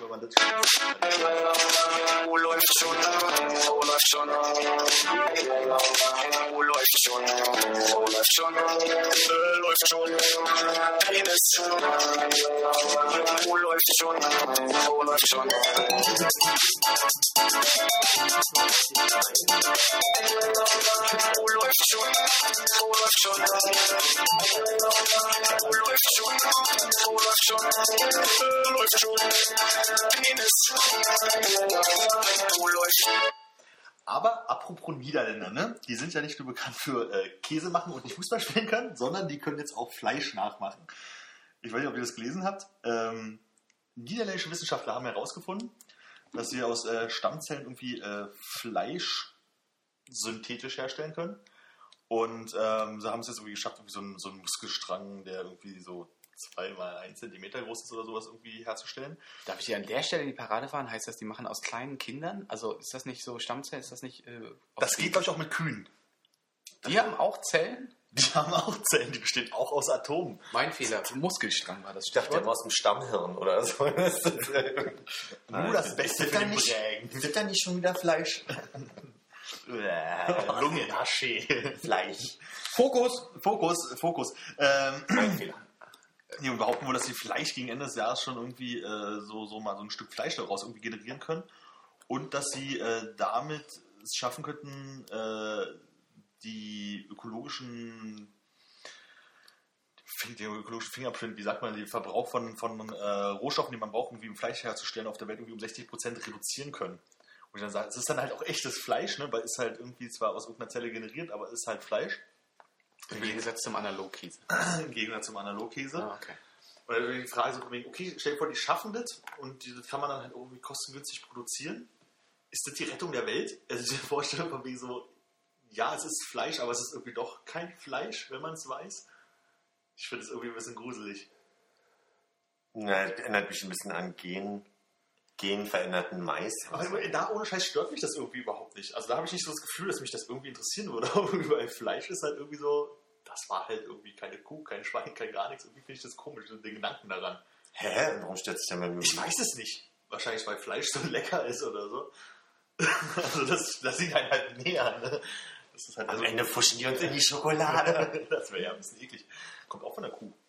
wenn man das Wo läuft schon? Wo läuft schon? Wo läuft schon? Wo läuft schon? Läuft schon. Penis. Wo läuft schon? Wo läuft schon? Wo läuft schon? Wo läuft schon? Wo läuft schon? Wo läuft schon? Läuft schon. Penis. Wo läuft? Aber apropos Niederländer, ne? Die sind ja nicht nur bekannt für Käse machen und nicht Fußball spielen können, sondern die können jetzt auch Fleisch nachmachen. Ich weiß nicht, ob ihr das gelesen habt. Niederländische Wissenschaftler haben herausgefunden, dass sie aus Stammzellen irgendwie Fleisch synthetisch herstellen können. Und so haben sie es irgendwie geschafft, irgendwie so einen Muskelstrang, der irgendwie so 2 mal 1 Zentimeter groß ist oder sowas irgendwie herzustellen. Darf ich dir an der Stelle in die Parade fahren? Heißt das, die machen aus kleinen Kindern? Also ist das nicht so Stammzellen? Ist das nicht... Das geht, glaube ich, auch mit Kühen. Die haben auch Zellen? Die haben auch Zellen, die bestehen auch aus Atomen. Mein Fehler. Muskelstrang war das. Ich dachte, der war aus dem Stammhirn oder so. Nur das Beste für den Prägen. Wird da nicht schon wieder Fleisch? Lunge, Haschee. Fleisch. Fokus. Mein Fehler. Die behaupten wohl, dass sie Fleisch gegen Ende des Jahres schon irgendwie so mal so ein Stück Fleisch daraus irgendwie generieren können. Und dass sie damit es schaffen könnten, die ökologischen Fingerprint, wie sagt man, den Verbrauch von Rohstoffen, die man braucht, irgendwie im Fleisch herzustellen, auf der Welt irgendwie um 60% reduzieren können. Und ich dann sage, es ist dann halt auch echtes Fleisch, ne, weil es halt irgendwie zwar aus irgendeiner Zelle generiert, aber es ist halt Fleisch. Im Gegensatz zum Analogkäse. Im Gegensatz zum Analogkäse. Ah, okay. Und dann die Frage so, okay, stell dir vor, die schaffen das und das kann man dann halt irgendwie kostengünstig produzieren. Ist das die Rettung der Welt? Also die Vorstellung von wegen so, ja, es ist Fleisch, aber es ist irgendwie doch kein Fleisch, wenn man es weiß. Ich finde es irgendwie ein bisschen gruselig. Na, das erinnert mich ein bisschen an genveränderten Mais. Aber da ohne Scheiß stört mich das irgendwie überhaupt nicht. Also da habe ich nicht so das Gefühl, dass mich das irgendwie interessieren würde. Aber überall Fleisch ist halt irgendwie so, das war halt irgendwie keine Kuh, kein Schwein, kein gar nichts. Irgendwie finde ich das komisch, den Gedanken daran. Hä? Warum stört sich denn mal Ich weiß es nicht. Wahrscheinlich, weil Fleisch so lecker ist oder so. Also das sieht halt näher, ne? Das ist halt Am Ende fuschen die uns in die Schokolade. Das wäre ja ein bisschen eklig. Kommt auch von der Kuh.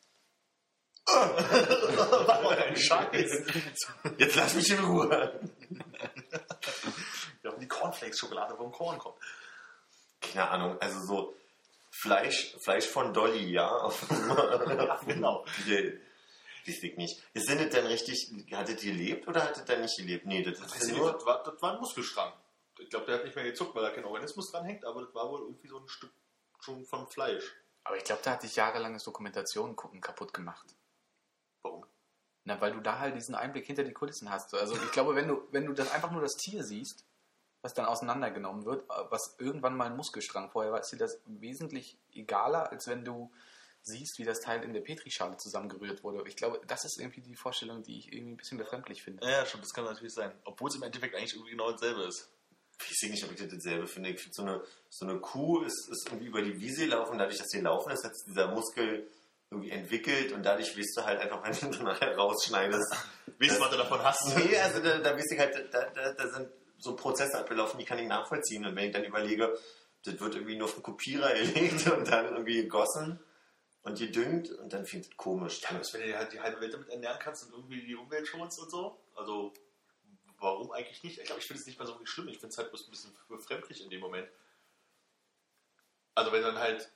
Was war dein Scheiß? Jetzt lass mich in Ruhe. Ja, die Cornflakes-Schokolade vom Korn kommt. Keine Ahnung, also so Fleisch von Dolly, ja. Ja, genau. Das liegt nicht. Ist das denn richtig, hattet ihr gelebt oder hattet ihr nicht gelebt? Nee, das ist nur... Das war ein Muskelstrang. Ich glaube, der hat nicht mehr gezuckt, weil da kein Organismus dran hängt, aber das war wohl irgendwie so ein Stück schon von Fleisch. Aber ich glaube, da hat dich jahrelanges Dokumentationen gucken kaputt gemacht. Warum? Na, weil du da halt diesen Einblick hinter die Kulissen hast. Also ich glaube, wenn du das einfach nur das Tier siehst, was dann auseinandergenommen wird, was irgendwann mal ein Muskelstrang vorher war, ist dir das wesentlich egaler, als wenn du siehst, wie das Teil in der Petrischale zusammengerührt wurde. Ich glaube, das ist irgendwie die Vorstellung, die ich irgendwie ein bisschen befremdlich finde. Ja, schon, das kann natürlich sein. Obwohl es im Endeffekt eigentlich irgendwie genau dasselbe ist. Ich sehe nicht, ob ich das dasselbe finde. Ich finde, so eine Kuh ist irgendwie über die Wiese laufen, dadurch, dass sie laufen ist, hat dieser Muskel irgendwie entwickelt und dadurch weißt du halt einfach, wenn du nachher rausschneidest. Weißt du, was du davon hast? Nee, also da weiß ich halt, da sind so Prozesse abgelaufen, die kann ich nachvollziehen. Und wenn ich dann überlege, das wird irgendwie nur auf den Kopierer gelegt und dann irgendwie gegossen und gedüngt und dann finde ich das komisch. Ja, wenn du halt die halbe Welt damit ernähren kannst und irgendwie die Umwelt schonst und so, also warum eigentlich nicht? Ich glaube, ich finde es nicht mal so schlimm. Ich finde es halt bloß ein bisschen befremdlich in dem Moment. Also wenn dann halt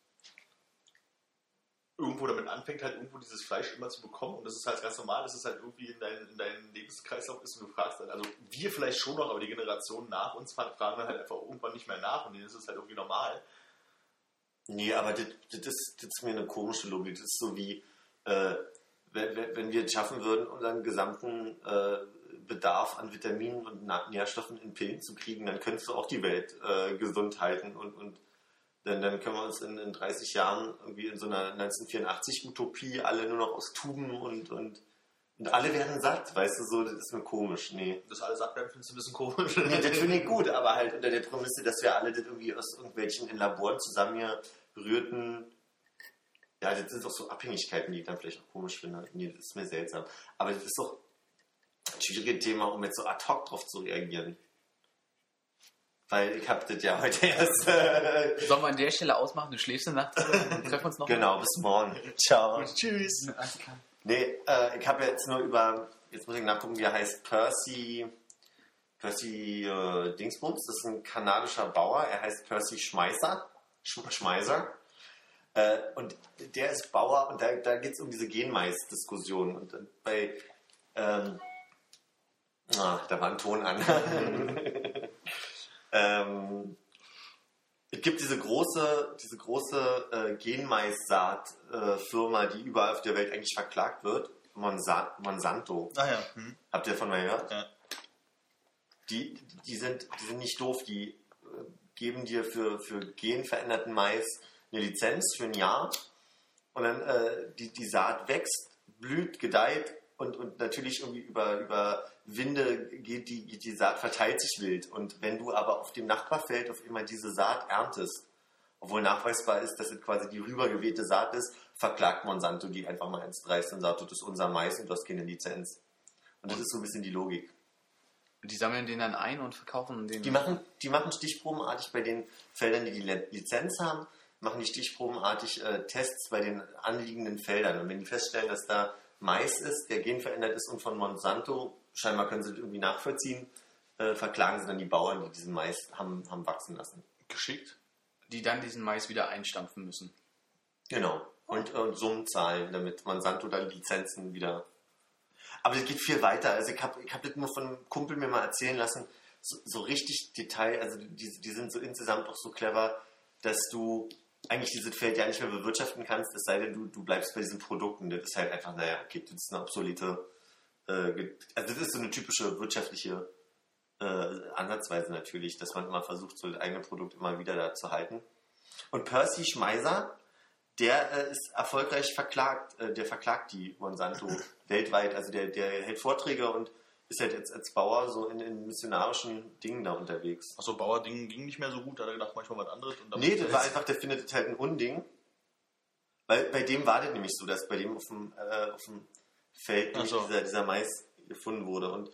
irgendwo damit anfängt, halt irgendwo dieses Fleisch immer zu bekommen und das ist halt ganz normal, dass es halt irgendwie in deinem Lebenskreislauf ist und du fragst dann, also wir vielleicht schon noch, aber die Generationen nach uns fragen dann halt einfach irgendwann nicht mehr nach und denen ist es halt irgendwie normal. Nee, aber das ist mir eine komische Logik. Das ist so wie, wenn wir es schaffen würden, unseren gesamten Bedarf an Vitaminen und Nährstoffen in Pillen zu kriegen, dann könntest du auch die Welt gesund halten und dann können wir uns in 30 Jahren irgendwie in so einer 1984-Utopie alle nur noch aus Tuben und alle werden satt, weißt du, so, das ist mir komisch, nee. Das alles abwerfen findest du ein bisschen komisch. Nee, das finde ich gut, aber halt unter der Prämisse, dass wir alle das irgendwie aus irgendwelchen in Laboren zusammengerührten, ja, das sind doch so Abhängigkeiten, die ich dann vielleicht auch komisch finde. Nee, das ist mir seltsam. Aber das ist doch, schwierige Thema, um jetzt so ad hoc drauf zu reagieren. Weil ich habe das ja heute erst... Sollen wir an der Stelle ausmachen? Du schläfst in der Nacht? Treffen wir uns noch? Genau, bis morgen. Ciao. Tschüss. Alles klar. Nee, ich habe jetzt nur über... Jetzt muss ich nachgucken, wie er heißt. Percy Dingsbums. Das ist ein kanadischer Bauer. Er heißt Percy Schmeißer. Und der ist Bauer und da geht es um diese Genmais-Diskussion. Und bei... da war ein Ton an. Es gibt diese große Genmais-Saat-Firma, die überall auf der Welt eigentlich verklagt wird. Monsanto. Ah ja. Habt ihr davon mal gehört? Ja. Die sind nicht doof. Die geben dir für genveränderten Mais eine Lizenz für ein Jahr. Und dann die Saat wächst, blüht, gedeiht und natürlich irgendwie über Winde geht die Saat, verteilt sich wild. Und wenn du aber auf dem Nachbarfeld auf immer diese Saat erntest, obwohl nachweisbar ist, dass es quasi die rübergewehte Saat ist, verklagt Monsanto die einfach mal ins Dreiste und sagt, das ist unser Mais und du hast keine Lizenz. Und das ist so ein bisschen die Logik. Die sammeln den dann ein und verkaufen den... Die machen stichprobenartig bei den Feldern, die Lizenz haben, machen die stichprobenartig Tests bei den anliegenden Feldern. Und wenn die feststellen, dass da Mais ist, der genverändert ist und von Monsanto, scheinbar können sie das irgendwie nachvollziehen, verklagen sie dann die Bauern, die diesen Mais haben wachsen lassen. Geschickt. Die dann diesen Mais wieder einstampfen müssen. Genau. Und Summen zahlen, damit Monsanto dann Lizenzen wieder... Aber das geht viel weiter. Also ich hab das nur von einem Kumpel mir mal erzählen lassen, so richtig Detail, also die sind so insgesamt auch so clever, dass du eigentlich dieses Feld ja nicht mehr bewirtschaften kannst, es sei denn, du bleibst bei diesen Produkten. Das ist halt einfach, okay, das ist eine obsolete... also das ist so eine typische wirtschaftliche Ansatzweise natürlich, dass man immer versucht, so das eigene Produkt immer wieder da zu halten. Und Percy Schmeißer, der ist erfolgreich verklagt, der verklagt die Monsanto weltweit, also der hält Vorträge und ist halt jetzt als Bauer so in missionarischen Dingen da unterwegs. Achso, Bauerding ging nicht mehr so gut, da hat er gedacht, manchmal was anderes. Und Nee, das war einfach, der findet das halt ein Unding, weil bei dem war das nämlich so, dass bei dem auf dem Feld nämlich dieser Mais gefunden wurde und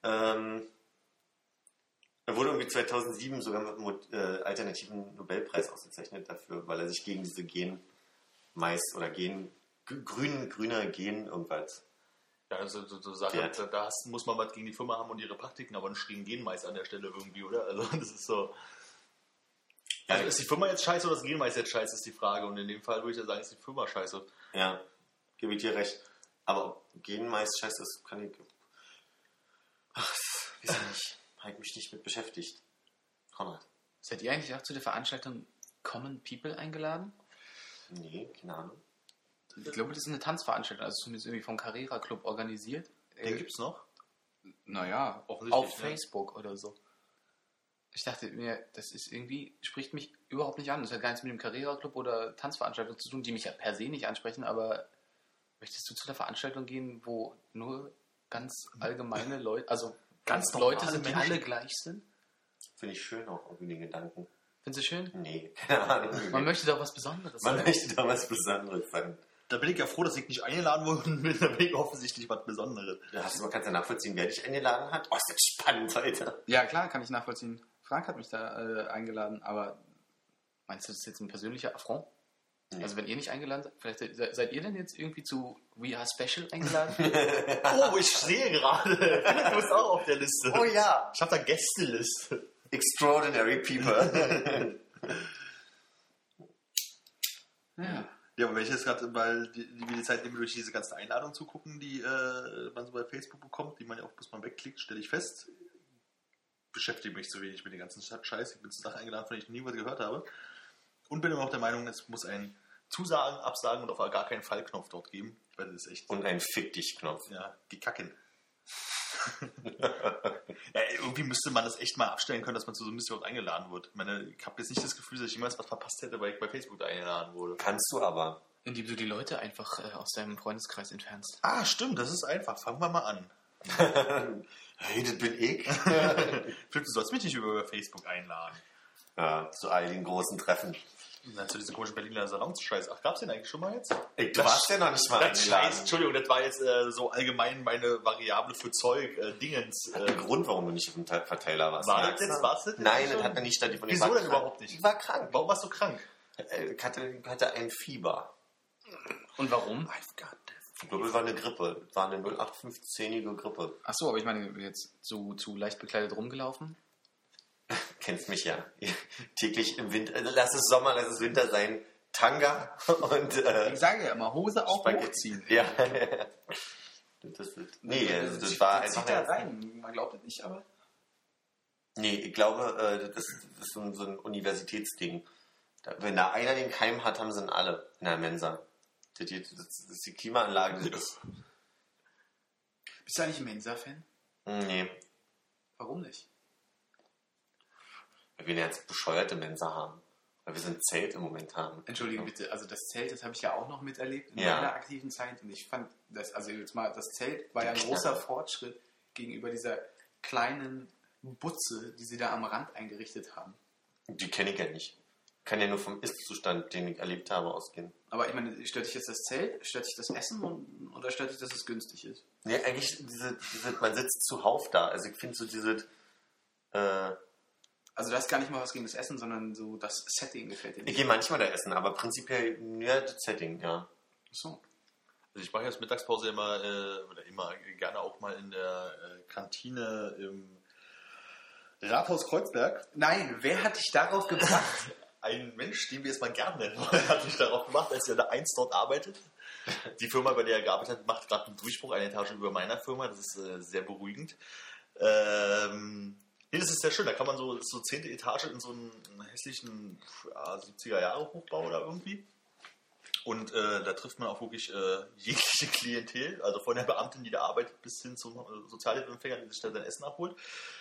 er wurde irgendwie 2007 sogar mit einem alternativen Nobelpreis ausgezeichnet dafür, weil er sich gegen diese Gen-Mais oder grüner Gen irgendwas. Ja, also so Sachen, da muss man was gegen die Firma haben und ihre Praktiken, aber nicht gegen Genmais an der Stelle irgendwie, oder? Also das ist so... Also ist die Firma jetzt scheiße oder das Genmais jetzt scheiße, ist die Frage. Und in dem Fall würde ich ja sagen, ist die Firma scheiße. Ja, gebe ich dir recht. Aber ob Genmais scheiße ist, kann ich... Ach, weiß ich nicht. Habe ich mich nicht mit beschäftigt. Konrad. Seid ihr eigentlich auch zu der Veranstaltung Common People eingeladen? Nee, keine Ahnung. Ich glaube, das ist eine Tanzveranstaltung, also zumindest irgendwie vom Carrera Club organisiert. Den gibt's noch? Naja, Offensichtlich, auf ne? Facebook oder so. Ich dachte mir, das ist irgendwie, spricht mich überhaupt nicht an. Das hat gar nichts mit dem Carrera Club oder Tanzveranstaltung zu tun, die mich ja per se nicht ansprechen, aber möchtest du zu einer Veranstaltung gehen, wo nur ganz allgemeine Leute, also ganz Leute sind, die Menschen alle gleich sind? Finde ich schön auch, irgendwie den Gedanken. Findest du schön? Nee, keine Ahnung. Man möchte doch was Besonderes Man sein. möchte da was Besonderes sein. Da bin ich ja froh, dass ich nicht eingeladen worden bin. Da bin ich offensichtlich was Besonderes. Kannst du nachvollziehen, wer dich eingeladen hat? Oh, ist das spannend, Alter. Ja, klar, kann ich nachvollziehen. Frank hat mich da eingeladen, aber meinst du, das ist jetzt ein persönlicher Affront? Nee. Also wenn ihr nicht eingeladen seid, vielleicht seid ihr denn jetzt irgendwie zu We Are Special eingeladen? Oh, ich sehe gerade. Du bist auch auf der Liste. Oh ja. Ich habe da Gästeliste. Extraordinary people. Ja. Ja, aber wenn ich jetzt gerade, weil wir die Zeit nehmen, durch diese ganzen Einladungen zu gucken, die man so bei Facebook bekommt, die man ja auch, bis man wegklickt, stelle ich fest, beschäftige mich zu wenig mit dem ganzen Scheiß. Ich bin zu Sachen eingeladen, von denen ich nie was gehört habe. Und bin immer auch der Meinung, es muss ein Zusagen, Absagen und auf gar keinen Fall Knopf dort geben. Weil das ist echt... Und ein Fick dich Knopf. Ja, die Kacken. Ja, irgendwie müsste man das echt mal abstellen können, dass man zu so einem Mist überhaupt eingeladen wird. Ich meine, ich habe jetzt nicht das Gefühl, dass ich jemals was verpasst hätte, weil ich bei Facebook da eingeladen wurde. Kannst du aber. Indem du die Leute einfach aus deinem Freundeskreis entfernst. Ah, stimmt, das ist einfach. Fangen wir mal an. Hey, das bin ich. Philipp, du sollst mich nicht über Facebook einladen. Ja, zu all den großen Treffen. Na, zu diesem komischen Berliner Salons-Scheiß. Ach, gab's den eigentlich schon mal jetzt? Ey, du warst ja noch nicht mal Das eingeladen. Scheiß, Entschuldigung, das war jetzt so allgemein meine Variable für Zeug, Dingens. Der Grund, warum du nicht auf dem Verteiler warst. War merkst das jetzt? du? War's das jetzt Nein, schon? das hat er nicht statt. Wieso denn überhaupt nicht? Ich war krank. Warum warst du krank? Ich hatte ein Fieber. Und warum? Ich glaube, es war eine Grippe. Es war eine 0815-ige Grippe. Ach so, aber ich meine, jetzt zu leicht bekleidet rumgelaufen? Kennst mich ja. Täglich im Winter. Also lass es Sommer, lass es Winter sein. Tanga und Ich sage ja immer, Hose auch Spaghetti. hochziehen. Ja. Das war zieht einfach da rein. Man glaubt es nicht, aber... Nee, ich glaube, das ist so ein Universitätsding. Wenn da einer den Keim hat, haben sie ihn alle in der Mensa. Das ist die Klimaanlage. Bist du eigentlich ein Mensa-Fan? Nee, Warum nicht? weil wir eine ganz bescheuerte Mensa haben. Weil wir so ein Zelt im Moment haben. Entschuldige bitte, also das Zelt, das habe ich ja auch noch miterlebt in Ja. meiner aktiven Zeit und ich fand das, also jetzt mal, das Zelt war ja ein großer Fortschritt gegenüber dieser kleinen Butze, die sie da am Rand eingerichtet haben. Die kenne ich ja nicht. Ich kann ja nur vom Ist-Zustand, den ich erlebt habe, ausgehen. Aber ich meine, stört dich jetzt das Zelt, stört dich das Essen oder stört dich, dass es günstig ist? Nee, eigentlich, man sitzt zuhauf da. Also ich finde so Also du hast gar nicht mal was gegen das Essen, sondern so das Setting gefällt dir ich nicht. gehe manchmal da essen, aber prinzipiell nur das Setting, ja. So. Also ich mache jetzt Mittagspause immer gerne auch mal in der Kantine im Rathaus Kreuzberg. Nein, wer hat dich darauf gebracht? Ein Mensch, den wir jetzt mal gern nennen wollen, hat mich darauf gemacht, als er da eins dort arbeitet. Die Firma, bei der er gearbeitet hat, macht gerade einen Durchbruch, eine Etage über meiner Firma. Das ist sehr beruhigend. Nee, das ist sehr schön. Da kann man so 10. Etage in so einen hässlichen 70er-Jahre-Hochbau oder irgendwie. Und da trifft man auch wirklich jegliche Klientel, also von der Beamtin, die da arbeitet, bis hin zum Sozialhilfeempfänger, der sich da sein Essen abholt.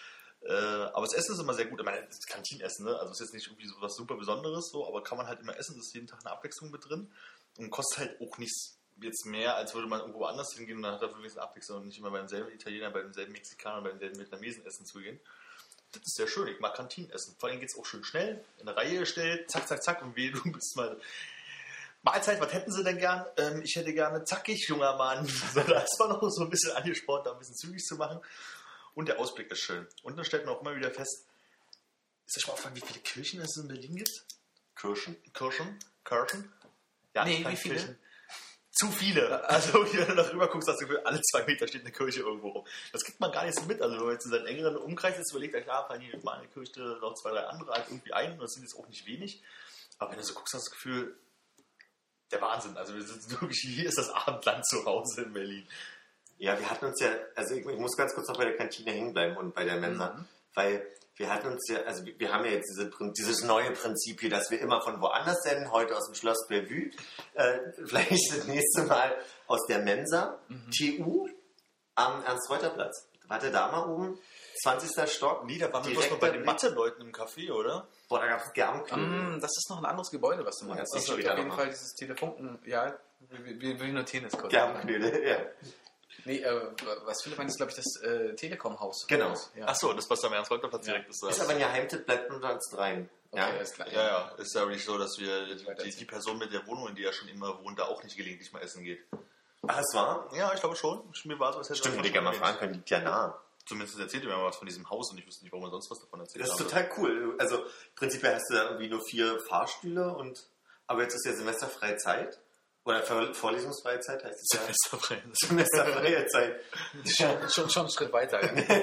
Aber das Essen ist immer sehr gut. Ich meine, das ist Kantinenessen, ne? Also es ist jetzt nicht irgendwie so was super Besonderes, so, aber kann man halt immer essen. Es ist jeden Tag eine Abwechslung mit drin und kostet halt auch nichts jetzt mehr, als würde man irgendwo anders hingehen und dann hat er wirklich eine Abwechslung und nicht immer beim selben Italiener, bei demselben Mexikaner, bei demselben Vietnamesen essen zu gehen. Das ist sehr schön. Ich mag Kantinenessen. Vor allem geht es auch schön schnell, in eine Reihe gestellt, zack, zack, zack und du bist mal... Mahlzeit, was hätten Sie denn gern? Ich hätte gerne zackig, junger Mann. Da ist man noch so ein bisschen angespornt, da ein bisschen zügig zu machen. Und der Ausblick ist schön. Und dann stellt man auch immer wieder fest, ist euch mal aufgefallen, wie viele Kirchen es in Berlin gibt? Kirschen. Kirchen? Ja, Nee, keine wie viele? Kirchen. Zu viele. Also, wenn du da rüber guckst, hast du Gefühl, alle 2 Meter steht eine Kirche irgendwo rum. Das kriegt man gar nicht so mit. Also, wenn man jetzt in seinen engeren Umkreis jetzt überlegt, ja klar, fallen hier mal eine Kirche, noch 2, 3 andere halt irgendwie ein. Und das sind jetzt auch nicht wenig. Aber wenn du so guckst, hast du das Gefühl, der Wahnsinn. Also, wir sitzen wirklich, hier ist das Abendland zu Hause in Berlin. Ja, wir hatten uns ja, also ich muss ganz kurz noch bei der Kantine hängen bleiben und bei der Mensa, weil wir hatten uns ja, also wir haben ja jetzt dieses neue Prinzip hier, dass wir immer von woanders senden, heute aus dem Schloss Bellevue, vielleicht das nächste Mal aus der Mensa, TU am Ernst-Reuter-Platz. Warte da mal oben, 20. Stock. Nee, da waren wir direkt bloß mal bei der den Blick. Mathe-Leuten im Café, oder? Boah, da gab es Germknödel. Das ist noch ein anderes Gebäude, was du meinst. Ja, Das ist das auf später jeden noch Fall dieses Telefunken, ja, wir notieren das kurz. Germknödel, ja. Nee, was viele meinen, ist, glaube ich, das Telekom-Haus. Genau. Ja. Achso, das passt am Ernst-Reuter-Platz direkt. Ist aber ein Geheimtipp, bleibt unter uns dreien. Okay, Ja? alles klar. Ja, ja, ist ja aber nicht so, dass wir Weiterziehen. die Person mit der Wohnung, in der er schon immer wohnt, da auch nicht gelegentlich mal essen geht. Ach, es war? Ja, ich glaube schon. Mir war so, als hätte Stimmt, er hätte ich ja mal fragen können, liegt ja nah. Zumindest erzählt er mir mal was von diesem Haus und ich wüsste nicht, warum er sonst was davon erzählt Das ist habe. total cool. Also prinzipiell hast du da irgendwie nur 4 Fahrstühle aber jetzt ist ja semesterfreie Zeit. Oder vorlesungsfreie Zeit heißt es ja. Semesterfreie Zeit. Schon einen Schritt weiter.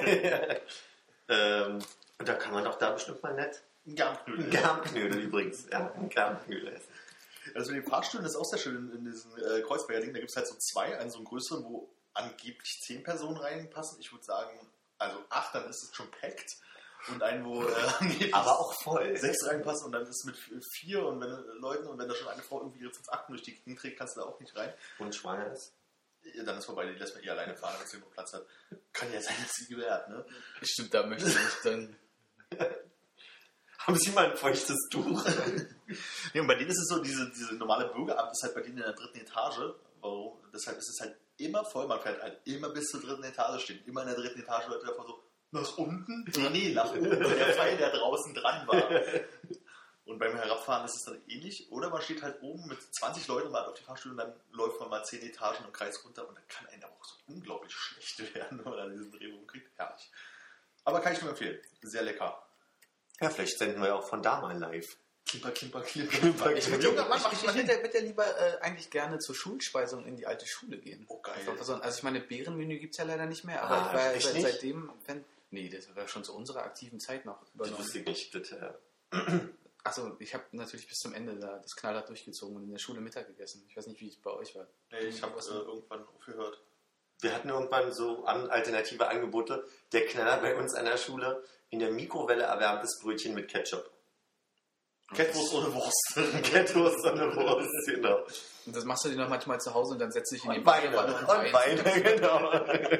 Und da kann man doch da bestimmt mal nett. Germknödel. Germknödel übrigens. Ja, ein Germknödel essen. Also mit den Fahrstühlen ist auch sehr schön in diesem Kreuzberger Ding. Da gibt es halt so 2, einen so einen größeren, wo angeblich 10 Personen reinpassen. Ich würde sagen, also 8, dann ist es schon packt. Und einen, wo angeblich Aber auch voll. 6 reinpassen und dann ist es mit 4 und wenn Leuten und wenn da schon eine Frau irgendwie ihre 5 Akten durch die Gegend trägt, kannst du da auch nicht rein. Und schwanger ist. Ja, dann ist vorbei, die lässt man eh alleine fahren, wenn sie irgendwo Platz hat. Kann ja sein, dass sie gewährt, ne? Stimmt, da möchte ich dann... Haben Sie mal ein feuchtes Tuch? Ja, und bei denen ist es so, diese normale Bürgeramt ist halt bei denen in der 3. Etage. Warum? Deshalb ist es halt immer voll. Man fährt halt immer bis zur 3. Etage, steht immer in der 3. Etage Leute davor so, nach unten? Nee, nach oben. Der Pfeil, der draußen dran war. Und beim Herabfahren ist es dann ähnlich. Oder man steht halt oben mit 20 Leuten und wartet auf die Fahrstühle und dann läuft man mal 10 Etagen im Kreis runter und dann kann einem auch so unglaublich schlecht werden, wenn man dann diesen Drehung kriegt. Herrlich. Aber kann ich nur empfehlen. Sehr lecker. Ja, vielleicht senden wir auch von da mal live. Klimper. Ich mit junger Mann mach ich mal hin. würde ja lieber eigentlich gerne zur Schulspeisung in die alte Schule gehen. Oh, geil. Also ich meine, Bärenmenü gibt es ja leider nicht mehr, aber ich war echt nicht? seitdem... Nee, das war schon zu unserer aktiven Zeit noch Das übernommen. wusste ich nicht. Das, Achso, ich habe natürlich bis zum Ende da das knallhart durchgezogen und in der Schule Mittag gegessen. Ich weiß nicht, wie es bei euch war. Nee, ich habe irgendwann aufgehört. wir hatten irgendwann so alternative Angebote. Der Knaller bei uns an der Schule, in der Mikrowelle erwärmtes Brötchen mit Ketchup. Kettwurst ohne Wurst. Kettwurst ohne Wurst, genau. Und das machst du dir noch manchmal zu Hause und dann setzt dich in die Und Weine, genau.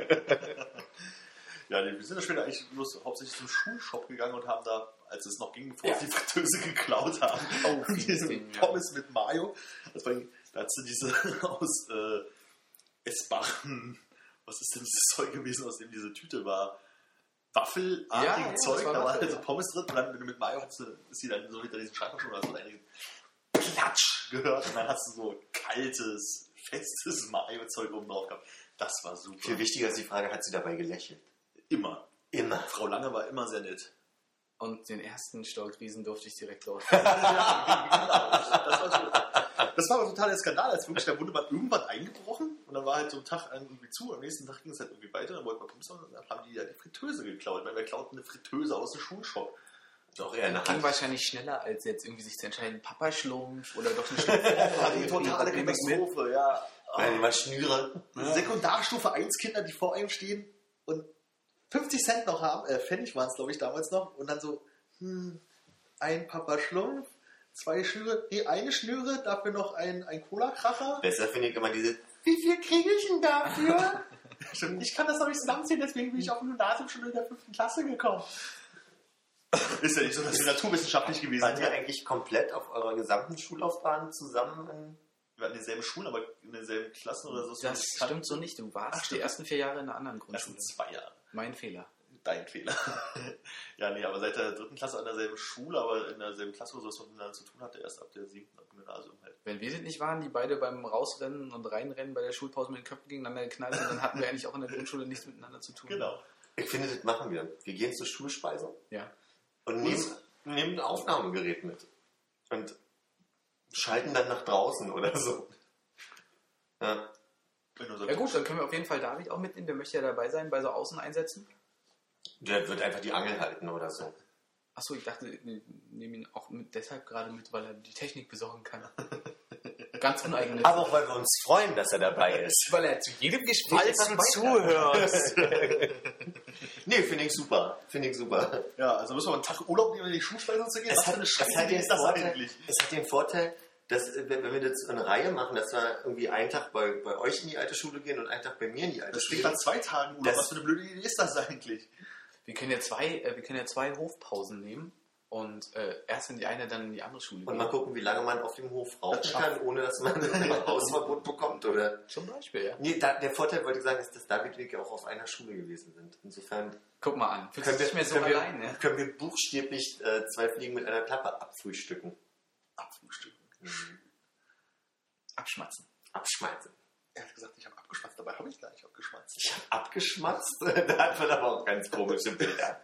Ja, wir sind ja später eigentlich bloß hauptsächlich zum Schulshop gegangen und haben da, als es noch ging, bevor wir die Fritteuse geklaut haben, Ding, Pommes mit Mayo. Das war, da hast du diese aus essbaren, was ist denn dieses Zeug gewesen, aus dem diese Tüte war? Waffelartigen Zeug, da war also Pommes drin und dann, wenn du mit Mayo hast, ist die dann so hinter diesen Schrank schon oder so einen Klatsch gehört und dann hast du so kaltes, festes Mayo-Zeug oben drauf gehabt. Das war super. Viel wichtiger ist die Frage, hat sie dabei gelächelt? Immer. Immer. Frau Lange war immer sehr nett. Und den ersten Stockriesen durfte ich direkt los. Das war aber total der Skandal, als wirklich, da wurde man irgendwann eingebrochen und dann war halt so ein Tag irgendwie zu, am nächsten Tag ging es halt irgendwie weiter, dann wollten wir Pommes machen und dann haben die ja die Fritteuse geklaut, weil wir klauten eine Fritteuse aus dem Schulshop. Doch eher eine Ging Hand. wahrscheinlich schneller, als jetzt irgendwie sich zu entscheiden, Papa Schlumpf oder doch ein Die totale Katastrophe, ja. Mal Schnüre. Sekundarstufe 1 Kinder, die vor einem stehen und 50 Cent noch haben, Pfennig waren es glaube ich damals noch, und dann so, ein Papa Schlumpf, 2 Schnüre, nee, eine Schnüre, dafür noch ein Cola-Kracher. Besser finde ich immer diese, Wie viel kriege ich denn dafür? Stimmt, ich kann das noch nicht zusammenzählen, deswegen bin ich auf dem Gymnasium schon in der 5. Klasse gekommen. Ist ja nicht so, dass wir naturwissenschaftlich gewesen wart ihr sind. eigentlich komplett auf eurer gesamten Schullaufbahn zusammen? Wir hatten dieselben Schulen, aber in denselben Klassen oder so. Das stimmt so nicht. Du warst die ersten 4 Jahre in einer anderen Das Grundschule. sind 2 Jahre. Mein Fehler. Dein Fehler. Ja, nee, aber seit der 3. Klasse an derselben Schule, aber in derselben Klasse oder so, was man miteinander zu tun hatte, erst ab der 7. ab dem Gymnasium halt. Wenn wir das nicht waren, die beide beim Rausrennen und Reinrennen bei der Schulpause mit den Köpfen gegeneinander geknallt sind, dann hatten wir eigentlich auch in der Grundschule nichts miteinander zu tun. Genau. Ich finde, das machen wir. Wir gehen zur Schulspeisung Ja. und nehmen ein Aufnahmegerät mit. Und schalten dann nach draußen oder so. Ja. Ja gut, dann können wir auf jeden Fall David auch mitnehmen. Der möchte ja dabei sein bei so Außeneinsätzen. Der wird einfach die Angel halten oder so. Achso, ich dachte, wir nehmen ihn auch deshalb gerade mit, weil er die Technik besorgen kann. Ganz uneigennützig. Aber auch weil wir uns freuen, dass er dabei ist. weil er zu jedem Gespräch Falls du zuhörst. Nee, finde ich super. Ja, also müssen wir einen Tag Urlaub nehmen, in die Schulspeisung zu gehen. Was für eine Scheiße ist das eigentlich? Es hat den Vorteil, dass, wenn wir das in eine Reihe machen, dass wir irgendwie einen Tag bei euch in die alte Schule gehen und einen Tag bei mir in die alte Das Schule. steht nach 2 Tagen Urlaub. Was für eine blöde Idee ist das eigentlich? Wir können ja zwei Hofpausen nehmen und erst in die eine, dann in die andere Schule Und mal gucken, wie lange man auf dem Hof rauchen kann, ohne dass man ein Hausverbot bekommt, oder? Zum Beispiel, ja. Nee, der Vorteil, wollte ich sagen, ist, dass David und ich ja auch auf einer Schule gewesen sind. Insofern Guck mal an. Fühlst du dich nicht mehr so allein, ne? können wir buchstäblich 2 Fliegen mit einer Klappe abfrühstücken. Abfrühstücken. Abschmatzen. Abschmeißen. Er hat gesagt, ich habe abgeschmatzt. Dabei habe ich gar nicht abgeschmatzt. Ich habe abgeschmatzt? Da hat man aber auch ganz komische Bilder.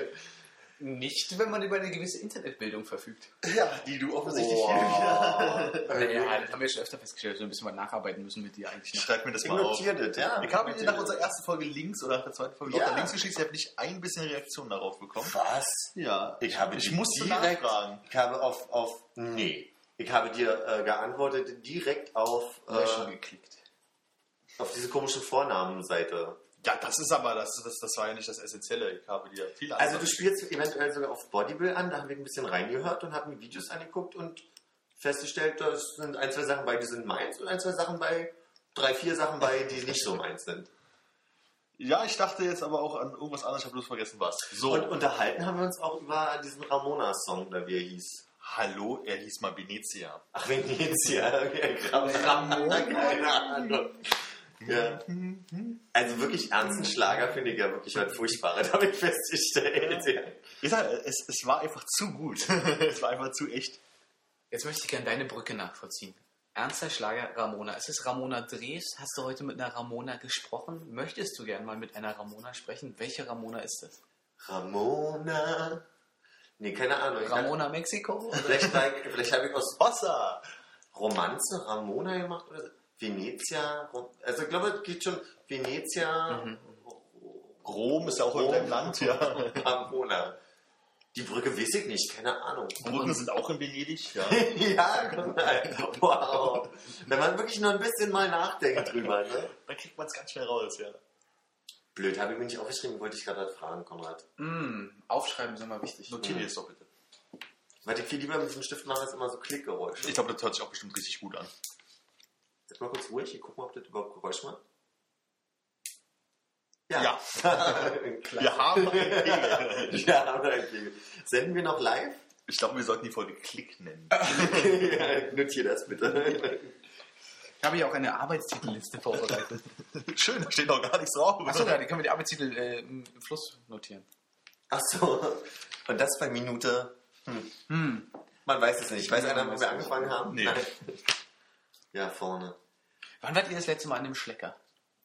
Nicht, wenn man über eine gewisse Internetbildung verfügt. Ja, die du offensichtlich Naja, das haben wir schon öfter festgestellt, dass wir ein bisschen mal nacharbeiten müssen mit dir eigentlich Ich noch. schreibe mir das Ich mal auf. notiere das, ja. Ich habe dir nach unserer ersten Folge Links oder nach der zweiten Folge Ja. lauter Links geschickt. Ich habe nicht ein bisschen Reaktion darauf bekommen. Was? Ja. Ich musste direkt nachfragen. Ich habe ich habe dir geantwortet direkt auf Löschen geklickt. diese komische Vornamenseite. Ja, das ist aber, das war ja nicht das Essentielle. Ich habe dir viele Also du spielst eventuell sogar auf Bodybuild an, da haben wir ein bisschen reingehört und haben mir Videos angeguckt und festgestellt, da sind 1, 2 Sachen bei, die sind meins und 1, 2 Sachen bei, 3, 4 Sachen bei, die nicht so meins sind. Ja, ich dachte jetzt aber auch an irgendwas anderes, ich habe bloß vergessen was. So, Und unterhalten haben wir uns auch über diesen Ramona-Song, der wie er hieß. hallo, er hieß mal Venezia. Ach, wen geht's hier? Ramona, keine Ahnung. Ja. Also wirklich ernsten Schlager finde ich ja wirklich was Furchtbares, habe ich festgestellt. Ja. Ich sag, es war einfach zu gut. Es war einfach zu echt. Jetzt möchte ich gerne deine Brücke nachvollziehen. Ernster Schlager Ramona. Es ist Ramona Drees. Hast du heute mit einer Ramona gesprochen? Möchtest du gerne mal mit einer Ramona sprechen? Welche Ramona ist das? Ramona. Nee, keine Ahnung. Ramona Mexiko? Vielleicht habe ich aus Wasser! Romanze Ramona gemacht oder so. Venezia. Also ich glaube, es geht schon Venezia. Rom ist ja auch in deinem Land, ja. Ramona. Die Brücke weiß ich nicht, keine Ahnung. Brücken sind auch in Venedig, ja. Ja, guck mal. Wow. Wenn man wirklich nur ein bisschen mal nachdenkt drüber, ne? Dann kriegt man es ganz schnell raus, ja. Blöd, habe ich mir nicht aufgeschrieben, wollte ich gerade fragen, Konrad. Aufschreiben ist immer wichtig. Notiere dir es doch bitte. Weil ich viel lieber mit diesem Stift mache, als immer so Klickgeräusche. Ich glaube, das hört sich auch bestimmt richtig gut an. Jetzt mal kurz ruhig, ich gucke mal, ob das überhaupt Geräusche macht. Ja. Wir haben einen Pegel. Ja, haben wir einen Pegel. Senden wir noch live? Ich glaube, wir sollten die Folge Klick nennen. Notier das bitte. Ich habe hier auch eine Arbeitstitelliste vorbereitet. Schön, da steht noch gar nichts drauf. Achso, ja, die können wir die Arbeitstitel im Fluss notieren. Achso. Und das bei Minute. Man weiß es nicht. Weiß einer, wo wir angefangen haben? Nee. Nein. Ja, vorne. Wann wart ihr das letzte Mal an einem Schlecker?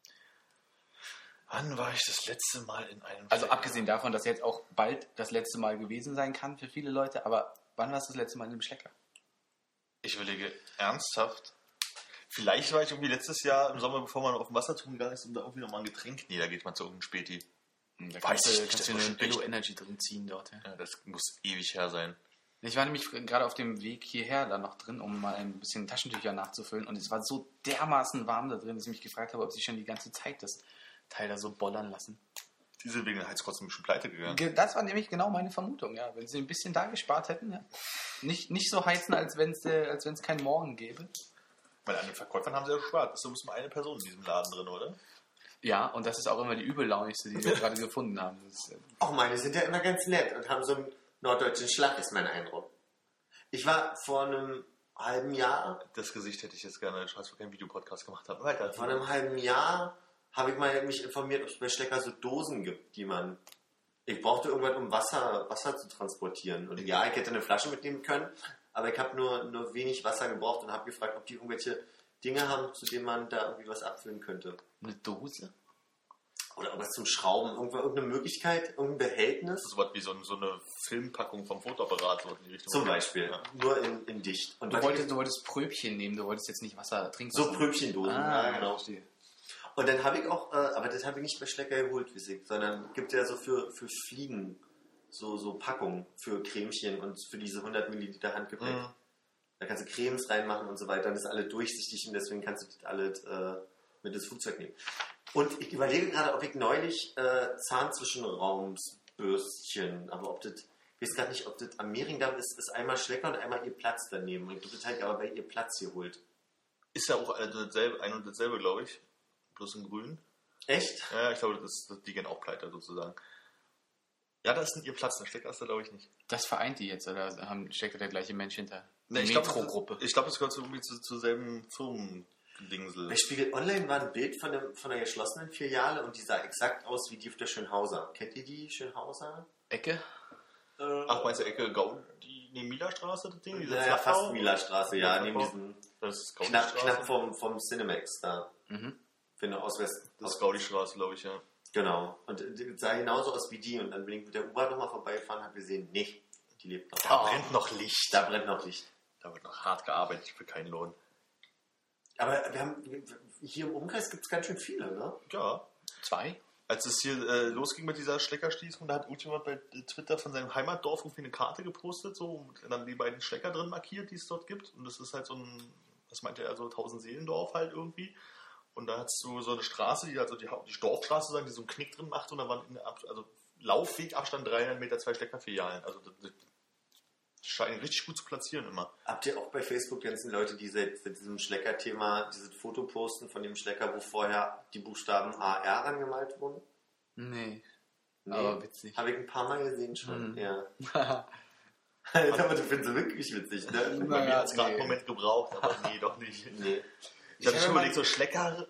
Wann war ich das letzte Mal in einem Also Schlecker? abgesehen davon, dass jetzt auch bald das letzte Mal gewesen sein kann für viele Leute, aber wann warst du das letzte Mal in einem Schlecker? Ich überlege ernsthaft. Vielleicht war ich irgendwie letztes Jahr im Sommer, bevor man auf den Wasserturm gegangen ist, und da irgendwie nochmal ein Getränk. Nee, da geht man zu irgendeinem Späti. Da Weiß ich nicht, kannst das du war einen schon Billo echt- Energy drin ziehen dort. Ja. Ja, das muss ewig her sein. Ich war nämlich gerade auf dem Weg hierher da noch drin, um mal ein bisschen Taschentücher nachzufüllen, und es war so dermaßen warm da drin, dass ich mich gefragt habe, ob sie schon die ganze Zeit das Teil da so bollern lassen. Die sind wegen der Heizkosten schon pleite gegangen. Das war nämlich genau meine Vermutung, ja. Wenn sie ein bisschen da gespart hätten, ja. Nicht so heizen, als wenn es keinen Morgen gäbe. Weil an den Verkäufern haben sie ja gespart. Das ist so eine Person in diesem Laden drin, oder? Ja, und das ist auch immer die übellaunigste, die wir gerade gefunden haben. Das ist, Auch meine sind ja immer ganz nett und haben so einen norddeutschen Schlag, ist mein Eindruck. Ich war vor einem halben Jahr, Das Gesicht hätte ich jetzt gerne, falls wir keinen Videopodcast gemacht haben. Weiter. vor einem halben Jahr habe ich mal mich informiert, ob es bei Schlecker so Dosen gibt, die man... Ich brauchte irgendwann, um Wasser zu transportieren. Und ja, ich hätte eine Flasche mitnehmen können, aber ich habe nur wenig Wasser gebraucht und habe gefragt, ob die irgendwelche Dinge haben, zu denen man da irgendwie was abfüllen könnte. eine Dose? Oder irgendwas zum Schrauben, irgendeine Möglichkeit, irgendein Behältnis. Das ist was wie so eine Filmpackung vom Fotoapparat. So in die Richtung. Zum Beispiel. Ja. Nur in dicht. Und Du wolltest Pröbchen nehmen, du wolltest jetzt nicht Wasser trinken. so Pröbchendosen. Ja, genau. Verstehe. Und dann habe ich auch, aber das habe ich nicht bei Schlecker geholt, wie ich, sondern gibt ja so für Fliegen so Packungen für Cremchen und für diese 100 Milliliter Handgepäck. Mhm. Da kannst du Cremes reinmachen und so weiter. Und das ist alle durchsichtig und deswegen kannst du das alles mit ins Flugzeug nehmen. Und ich überlege gerade, ob ich neulich Zahnzwischenraumsbürstchen, aber ob das, ich weiß gerade nicht, ob das am Mehringdamm ist einmal Schlecker und einmal ihr Platz daneben. Und ich glaube, das halt aber bei ihr Platz hier holt. Ist ja auch ein und dasselbe, glaube ich. Bloß in grün. Echt? Ja, ich glaube, die gehen auch pleite sozusagen. Ja, da ist ihr Platz. Der Stecker ist da, glaube ich, nicht. Das vereint die jetzt, oder steckt da der gleiche Mensch hinter? Nee, Die Metro-Gruppe. Ich glaube, das gehört irgendwie zur selben Firmendingsel. Bei Spiegel Online war ein Bild von der geschlossenen Filiale und die sah exakt aus wie die auf der Schönhauser. Kennt ihr die Schönhauser? Ecke? Ach, meinst du Ecke Gaudi, Milastraße, das Ding? Ja, fast Milastraße, ja, neben diesem Das ist knapp Gaudi-Straße. vom Cinemax da. Finde aus West. Das ist Gaudi-Straße, glaube ich, ja. Genau. Und die sah genauso aus wie die und dann bin ich mit der U-Bahn nochmal vorbeigefahren und habe gesehen, nee, die lebt noch. Da brennt noch Licht. Da brennt noch Licht. Da wird noch hart gearbeitet für keinen Lohn. Aber hier im Umkreis gibt es ganz schön viele, ne? Ja. 2? Als es hier losging mit dieser Schleckerschließung, da hat irgendjemand bei Twitter von seinem Heimatdorf irgendwie eine Karte gepostet, so, und dann die beiden Schlecker drin markiert, die es dort gibt. Und das ist halt so ein, was meinte er, so 1000-Seelendorf halt irgendwie. Und da hast du so eine Straße, die also die Dorfstraße sagen, die so einen Knick drin macht, und da waren Laufwegabstand 300 Meter 2 Schleckerfilialen. Also das scheint richtig gut zu platzieren immer. Habt ihr auch bei Facebook ganzen Leute, die seit diesem Schlecker-Thema dieses Foto posten von dem Schlecker, wo vorher die Buchstaben AR angemalt wurden? Nee. Nee, Aber witzig. habe ich ein paar Mal gesehen schon, ja. Ja. Aber du findest es wirklich witzig, ne? Bei mir hat es gerade einen Moment gebraucht, aber nee, doch nicht. Nee. Ich habe schon überlegt, so Schlecker.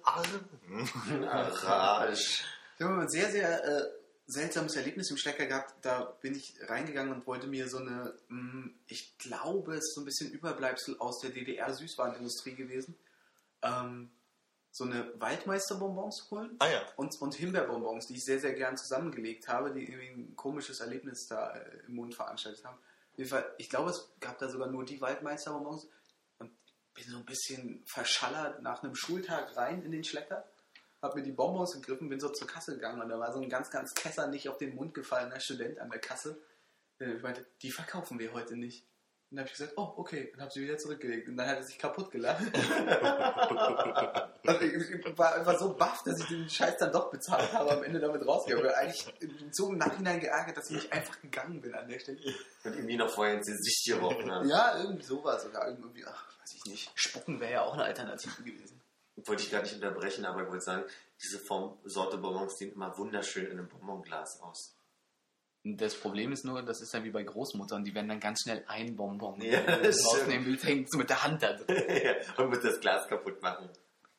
Arsch. Ich habe ein sehr, sehr seltsames Erlebnis im Schlecker gehabt. Da bin ich reingegangen und wollte mir so eine, ich glaube, es ist so ein bisschen Überbleibsel aus der DDR-Süßwarenindustrie gewesen, so eine Waldmeister-Bonbons holen. Ah ja. Und Himbeerbonbons, die ich sehr, sehr gern zusammengelegt habe, die irgendwie ein komisches Erlebnis da im Mund veranstaltet haben. Auf jeden Fall, ich glaube, es gab da sogar nur die Waldmeister-Bonbons und bin so ein bisschen verschallert nach einem Schultag rein in den Schlecker, hab mir die Bonbons gegriffen, bin so zur Kasse gegangen und da war so ein ganz, ganz Kesser nicht auf den Mund gefallener Student an der Kasse. Ich meinte, die verkaufen wir heute nicht. Und dann habe ich gesagt, oh, okay, und habe sie wieder zurückgelegt. Und dann hat er sich kaputt gelacht. Also ich war einfach so baff, dass ich den Scheiß dann doch bezahlt habe, am Ende damit rausgegangen. Aber eigentlich so im Nachhinein geärgert, dass ich nicht einfach gegangen bin an der Stelle. Und irgendwie noch vorher ins Gesicht gerochen hat. Ja, irgendwie sowas. Oder irgendwie, ach, weiß ich nicht. Spucken wäre ja auch eine Alternative gewesen. Wollte ich gar nicht unterbrechen, aber ich wollte sagen, diese Sorte Bonbons sehen immer wunderschön in einem Bonbonglas aus. Das Problem ist nur, das ist dann wie bei Großmuttern, die werden dann ganz schnell ein Bonbon Ja, das rausnehmen willst, hängt mit der Hand da drin. Ja, und muss das Glas kaputt machen.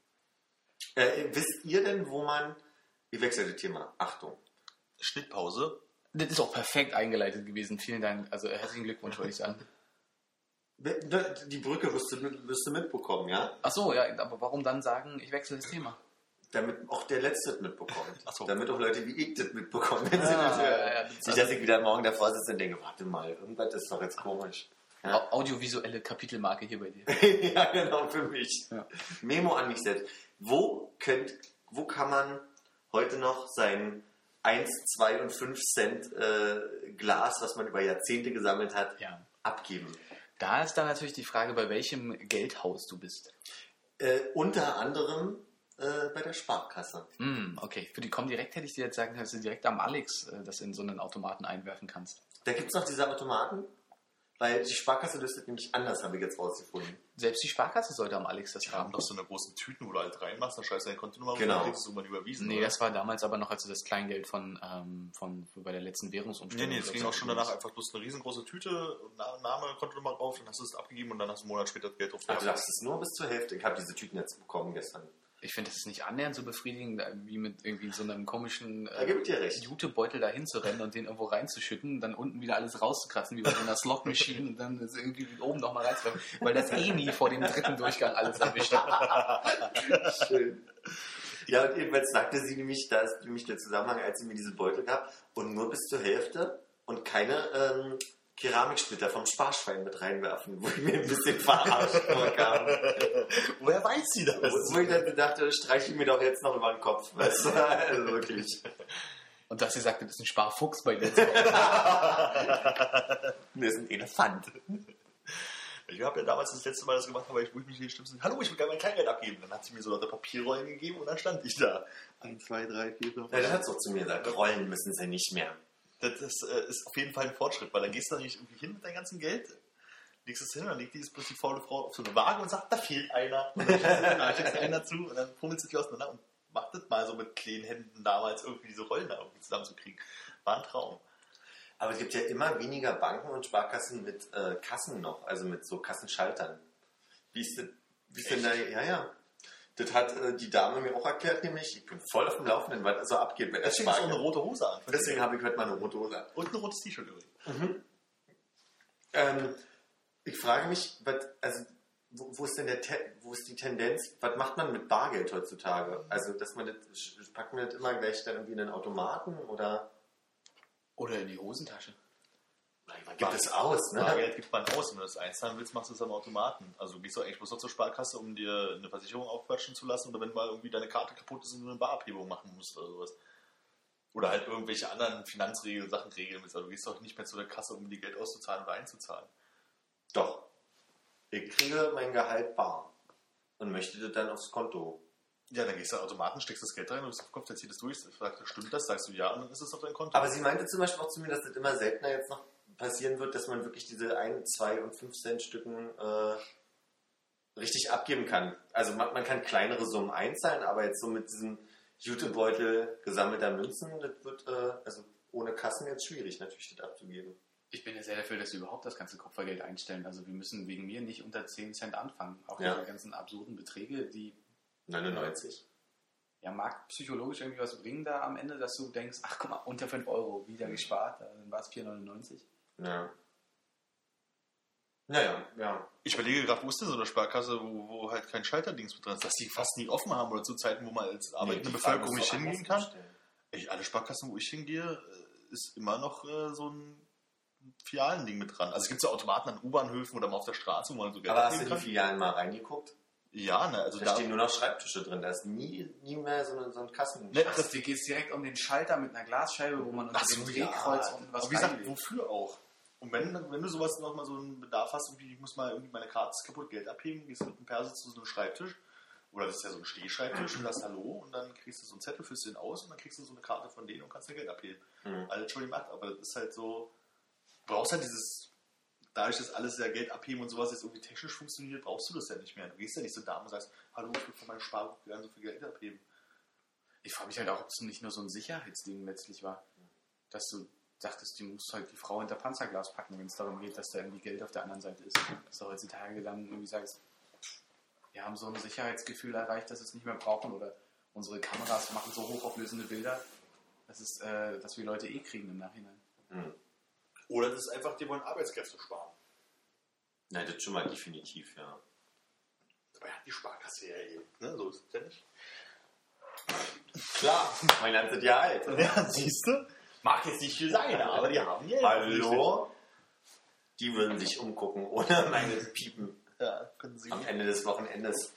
Wisst ihr denn, wo man... Ich wechsle das Thema. Achtung. Schnittpause. Das ist auch perfekt eingeleitet gewesen. Vielen Dank. Also herzlichen Glückwunsch, würde ich sagen. Die Brücke wirst du mitbekommen, ja? Ach so, ja, aber warum dann sagen, ich wechsle das Thema? Damit auch der Letzte das mitbekommt. Ach so. Damit auch Leute wie ich das mitbekommen, wenn sie das hören. Nicht, dass ich wieder morgen davor sitze und denke, warte mal, irgendwas ist doch jetzt komisch. Ja? Audiovisuelle Kapitelmarke hier bei dir. Ja, genau, für mich. Ja. Memo an mich selbst. Wo kann man heute noch sein 1, 2 und 5 Cent Glas, was man über Jahrzehnte gesammelt hat, abgeben? Da ist dann natürlich die Frage, bei welchem Geldhaus du bist. Unter anderem bei der Sparkasse. Okay, für die Comdirect hätte ich dir jetzt sagen können, dass du direkt am Alex das in so einen Automaten einwerfen kannst. Da gibt es noch diese Automaten, weil die Sparkasse löst das nämlich anders, habe ich jetzt rausgefunden. Selbst die Sparkasse sollte am Alex das Die haben haben. doch so eine großen Tüten, wo du halt reinmachst, dann scheißt deine Kontonummer Genau. und dann kriegst du mal überwiesen. Nee, oder? das war damals aber noch, als du das Kleingeld von bei der letzten Währungsumstellung... Nee, es ging auch schon danach einfach bloß eine riesengroße Tüte, Name, Kontonummer drauf, dann hast du es abgegeben und dann hast du einen Monat später das Geld drauf. Ach, du darfst es nur bis zur Hälfte. Ich habe diese Tüten jetzt bekommen gestern. Ich finde, das ist nicht annähernd so befriedigend, wie mit irgendwie so einem komischen Da gebe ich dir recht. Jutebeutel dahin zu rennen und den irgendwo reinzuschütten, dann unten wieder alles rauszukratzen, wie bei so einer Slot-Machine und dann ist irgendwie oben nochmal reinzuwerfen, weil das nie vor dem dritten Durchgang alles erwischt hat. Schön. Ja, und jedenfalls sagte sie nämlich, da ist nämlich der Zusammenhang, als sie mir diese Beutel gab und nur bis zur Hälfte und keine Keramiksplitter vom Sparschwein mit reinwerfen, wo ich mir ein bisschen verarscht vorkam. Woher weiß sie das? Wo ich dann dachte, streiche ich mir doch jetzt noch über den Kopf. Weißt du? Also wirklich. Und dass sie sagte, das ist ein Sparfuchs bei dir. Das ist ein Elefant. Ich habe ja damals das letzte Mal das gemacht, weil ich mich nicht stimmt. Hallo, ich will gerne mein Kleingeld abgeben. Dann hat sie mir so lauter Papierrollen gegeben und dann stand ich da. 1, 2, 3, 4, 5. Ja, dann hat sie auch zu mir gesagt, rollen müssen sie nicht mehr. Das ist auf jeden Fall ein Fortschritt, weil dann gehst du da nicht irgendwie hin mit deinem ganzen Geld, legst es hin und dann legt die faule Frau auf so eine Waage und sagt, da fehlt einer. Und dann schickst du einen dazu und dann pummelst du die auseinander und macht das mal so mit kleinen Händen damals irgendwie diese Rollen da irgendwie zusammenzukriegen. War ein Traum. Aber es gibt ja immer weniger Banken und Sparkassen mit Kassen noch, also mit so Kassenschaltern. Wie ist denn da? Ja. Das hat die Dame mir auch erklärt, nämlich, ich bin voll auf dem Laufenden, was so abgeht bei der Deswegen ist auch Sparkasse. eine rote Hose an. Deswegen habe ich heute mal eine rote Hose an. Und ein rotes T-Shirt übrigens. Ich frage mich, wo ist denn wo ist die Tendenz? Was macht man mit Bargeld heutzutage? Also, dass man packt man das immer gleich dann irgendwie in einen Automaten oder Oder in die Hosentasche. gibt es aus, ne? Bargeld gibt man aus. Wenn du das einzahlen willst, machst du es am Automaten. Also du gehst doch eigentlich bloß noch zur Sparkasse, um dir eine Versicherung aufquatschen zu lassen oder wenn mal irgendwie deine Karte kaputt ist und du eine Barabhebung machen musst oder sowas. Oder halt irgendwelche anderen Finanzregeln, Sachen regeln willst. Also du gehst doch nicht mehr zu der Kasse, um dir Geld auszuzahlen oder einzuzahlen. Doch. Ich kriege mein Gehalt bar und möchte das dann aufs Konto. Ja, dann gehst du in den Automaten, steckst das Geld rein und bist auf Kopf, dann zieht es durch. Sagst du, stimmt das? Sagst du ja und dann ist es auf dein Konto. Aber sie meinte zum Beispiel auch zu mir, dass das immer seltener jetzt noch passieren wird, dass man wirklich diese 1, 2 und 5 Cent Stücken richtig abgeben kann. Also man kann kleinere Summen einzahlen, aber jetzt so mit diesem Jutebeutel gesammelter Münzen, das wird also ohne Kassen jetzt schwierig natürlich das abzugeben. Ich bin ja sehr dafür, dass wir überhaupt das ganze Kupfergeld einstellen. Also wir müssen wegen mir nicht unter 10 Cent anfangen. Auch Ja. diese ganzen absurden Beträge, die 99. ja mag psychologisch irgendwie was bringen da am Ende, dass du denkst, ach guck mal, unter 5 Euro wieder gespart, dann war es 4,99. Ja. Naja, ja. Ich überlege gerade, wo ist denn so eine Sparkasse, wo halt kein Schalterdings mit drin ist, dass die fast nie offen haben oder zu Zeiten, wo man als arbeitende Bevölkerung nicht hingehen kann. Alle Sparkassen, wo ich hingehe, ist immer noch so ein Filialen-Ding mit dran. Also es gibt so Automaten an U-Bahnhöfen oder mal auf der Straße, wo man so Geld Aber hast du abheben in die kann. Filialen mal reingeguckt? Ja, ne, also Da stehen nur noch Schreibtische drin. Da ist nie mehr so ein Kassen. Ne, Das geht direkt um den Schalter mit einer Glasscheibe, wo man unter Ach so, dem Drehkreuz und was aber wie gesagt, reinlegt. wofür auch? Und wenn du sowas noch mal so einen Bedarf hast, irgendwie, ich muss mal irgendwie meine Karte ist kaputt, Geld abheben, gehst du mit dem Perso zu so einem Schreibtisch, oder das ist ja so ein Stehschreibtisch und das Hallo und dann kriegst du so einen Zettel, füllst du den aus und dann kriegst du so eine Karte von denen und kannst dir Geld abheben. Alles schon gemacht, aber das ist halt so, du brauchst halt dieses, dadurch, dass alles ja Geld abheben und sowas jetzt irgendwie technisch funktioniert, brauchst du das ja nicht mehr. Du gehst ja nicht so da und sagst, hallo, ich will von meinem Sparbuch gerne so viel Geld abheben. Ich frage mich halt auch, ob es nicht nur so ein Sicherheitsding letztlich war. Dass du dachtest, du musst halt die Frau hinter Panzerglas packen, wenn es darum geht, dass da irgendwie Geld auf der anderen Seite ist. Dass du heutzutage dann irgendwie sagst, wir haben so ein Sicherheitsgefühl erreicht, dass wir es nicht mehr brauchen oder unsere Kameras machen so hochauflösende Bilder, dass wir Leute kriegen im Nachhinein. Oder das ist einfach, die wollen Arbeitskräfte sparen. Nein, das schon mal definitiv, ja. Dabei hat die Sparkasse ja eben, ne? So ist es ja nicht. Klar, mein ganzes Jahr alt. Ja, siehst du? Mag jetzt nicht viel sein, aber die haben Geld. Hallo? Die würden sich umgucken, ohne meine Piepen Ja, können sie. am Ende des Wochenendes.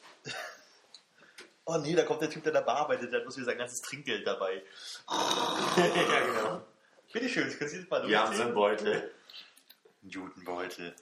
Oh nee, da kommt der Typ, der da arbeitet, der hat bloß wieder sein ganzes Trinkgeld dabei. Ja, genau. Bitteschön, können Sie das mal Wir haben so einen Beutel. Ein Judenbeutel.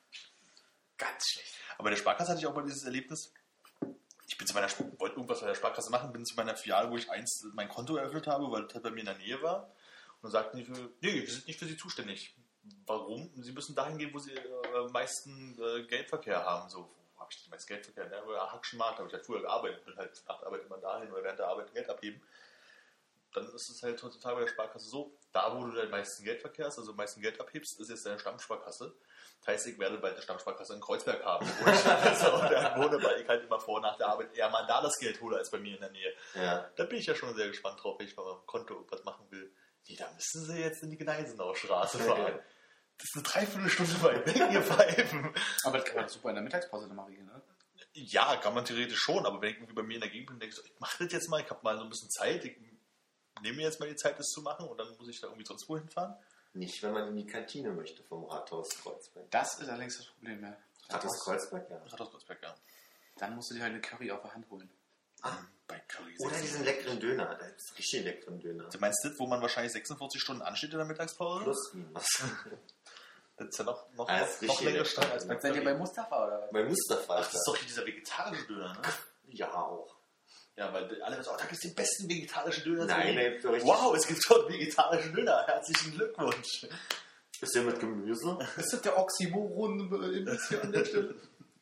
Ganz schlecht. Aber bei der Sparkasse hatte ich auch mal dieses Erlebnis. Ich bin zu meiner, wollte irgendwas bei der Sparkasse machen, bin zu meiner Filiale, wo ich einst mein Konto eröffnet habe, weil das halt bei mir in der Nähe war. Und dann sagten die, nee, wir sind nicht für Sie zuständig. Warum? Sie müssen dahin gehen, wo Sie am meisten Geldverkehr haben. So, wo habe ich denn meist Geldverkehr? Ja, bei Hackschen Markt habe ich halt früher gearbeitet. Bin halt nach der Arbeit immer dahin oder während der Arbeit Geld abheben. Dann ist es halt heutzutage bei der Sparkasse so, da wo du den meisten Geldverkehr hast, also am meisten Geld abhebst, ist jetzt deine Stammsparkasse. Das heißt, ich werde bald eine Stammsparkasse in Kreuzberg haben, wo ich also wohne, weil ich halt immer vor und nach der Arbeit eher mal da das Geld hole, als bei mir in der Nähe. Ja. Da bin ich ja schon sehr gespannt drauf, wenn ich mal am Konto irgendwas machen will. Nee, da müssen sie jetzt in die Gneisenauer Straße fahren. Das ist eine Dreiviertelstunde weit weg, ihr Pfeifen. Aber das kann man super in der Mittagspause dann mal regeln, ne? Ja, kann man theoretisch schon, aber wenn ich irgendwie bei mir in der Gegend bin, denke ich so, ich mache das jetzt mal, ich habe mal so ein bisschen Zeit, ich nehme mir jetzt mal die Zeit, das zu machen und dann muss ich da irgendwie sonst wohin fahren. Nicht, wenn man in die Kantine möchte vom Rathaus Kreuzberg. Das ist allerdings das Problem, ja. Rathaus Kreuzberg, ja. Rathaus Kreuzberg, ja. Dann musst du dir halt eine Curry auf der Hand holen. Bei Curry. Oder diesen leckeren Döner. Das ist richtig leckeren Döner. Du meinst das, wo man wahrscheinlich 46 Stunden ansteht in der Mittagspause? Plus minus. Das ist ja noch Das ist noch richtig längere Stand als Was bei seid ihr Curry. bei Mustafa oder was? Bei Mustafa. Ach, das ist doch hier dieser vegetarische Döner, ne? Ja, auch. Ja, weil alle sagen, oh, da gibt es den besten vegetarischen Döner. Nein, nee. so richtig. Wow, es gibt dort vegetarischen Döner. Herzlichen Glückwunsch. Ist der mit Gemüse? Ist das der Oxymoron hier an der Stelle?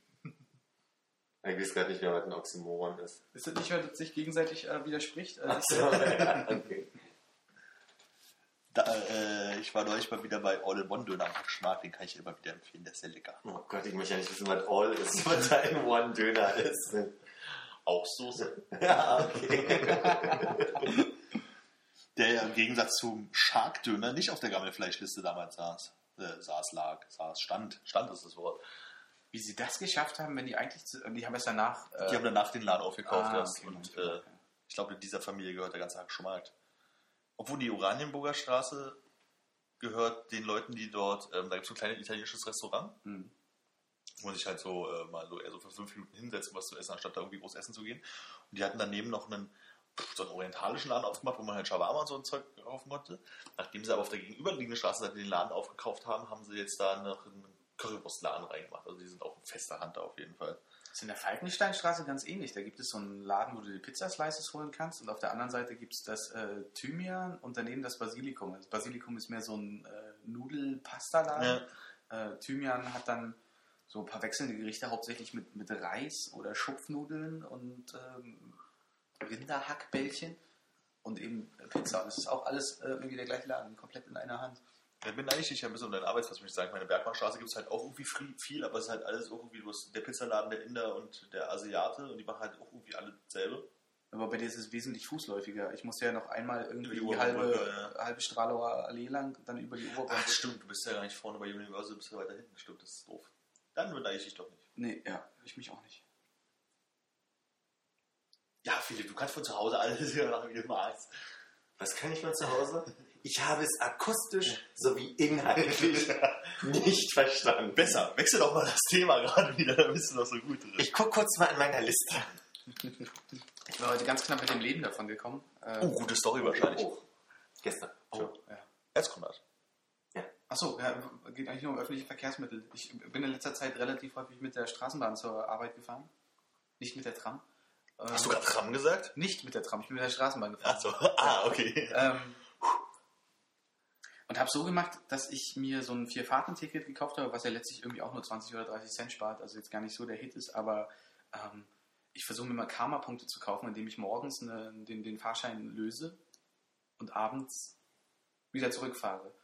Ich weiß gerade nicht mehr, was ein Oxymoron ist. Ist das nicht, weil das sich gegenseitig widerspricht? Ja, okay. Ich war neulich mal wieder bei All-in-One-Döner am Hackschmark. Den kann ich immer wieder empfehlen. Der ist sehr lecker. Oh Gott, ich möchte ja nicht wissen, was All ist, was ein One-Döner ist. Auch Soße. Ja, okay. Der ja im Gegensatz zum Shark-Döner nicht auf der Gammelfleischliste damals stand ist das Wort. Wie sie das geschafft haben, wenn die eigentlich... die haben es danach... Die haben danach den Laden aufgekauft erst. okay, Und okay. ich glaube, in dieser Familie gehört der ganze Hackschmarkt. Obwohl die Oranienburger Straße gehört den Leuten, die dort... da gibt es so ein kleines italienisches Restaurant. Mhm. Wo man sich halt so mal so eher so für 5 Minuten hinsetzen, was zu essen, anstatt da irgendwie groß essen zu gehen. Und die hatten daneben noch so einen orientalischen Laden aufgemacht, wo man halt Shawarma und so ein Zeug kaufen konnte. Nachdem sie aber auf der gegenüberliegenden Straße den Laden aufgekauft haben, haben sie jetzt da noch einen Currywurstladen reingemacht. Also die sind auch in fester Hand da auf jeden Fall. Das ist in der Falkensteinstraße ganz ähnlich. Da gibt es so einen Laden, wo du die Pizza-Slices holen kannst und auf der anderen Seite gibt es das Thymian und daneben das Basilikum. Das Basilikum ist mehr so ein Nudel-Pasta-Laden. Ja. Thymian hat dann so ein paar wechselnde Gerichte, hauptsächlich mit Reis oder Schupfnudeln und Rinderhackbällchen und eben Pizza. Das ist auch alles irgendwie der gleiche Laden, komplett in einer Hand. Ich bin eigentlich nicht ein bisschen um deinen Arbeitsplatz, muss ich sagen. Meine Bergmannstraße gibt es halt auch irgendwie viel, aber es ist halt alles irgendwie, du hast der Pizzaladen, der Inder und der Asiate und die machen halt auch irgendwie alle dasselbe. Aber bei dir ist es wesentlich fußläufiger. Ich musste ja noch einmal irgendwie Über die die Oberbrücke, halbe Stralauer Allee lang, dann über die Oberbrücke. Ach stimmt, du bist ja gar nicht vorne bei Universal, du bist ja weiter hinten. Stimmt, das ist doof. Dann beneide ich dich doch nicht. Nee, ja, ich mich auch nicht. Ja, Philipp, du kannst von zu Hause alles hier machen, wie du magst. Was kann ich von zu Hause? Ich habe es akustisch sowie inhaltlich nicht verstanden. Besser, wechsel doch mal das Thema gerade wieder, da bist du doch so gut drin. Ich gucke kurz mal in meiner Liste. Ich war heute ganz knapp mit dem Leben davon gekommen. Gute Story wahrscheinlich. Oh. Gestern. Oh, ja. Erzkonrad. Achso, ja, geht eigentlich nur um öffentliche Verkehrsmittel. Ich bin in letzter Zeit relativ häufig mit der Straßenbahn zur Arbeit gefahren. Nicht mit der Tram. Hast du gerade Tram gesagt? Nicht mit der Tram, ich bin mit der Straßenbahn gefahren. Achso, okay. Und habe so gemacht, dass ich mir so ein 4-Fahrten-Ticket gekauft habe, was ja letztlich irgendwie auch nur 20 oder 30 Cent spart, also jetzt gar nicht so der Hit ist, aber ich versuche mir mal Karma-Punkte zu kaufen, indem ich morgens den Fahrschein löse und abends wieder zurückfahre.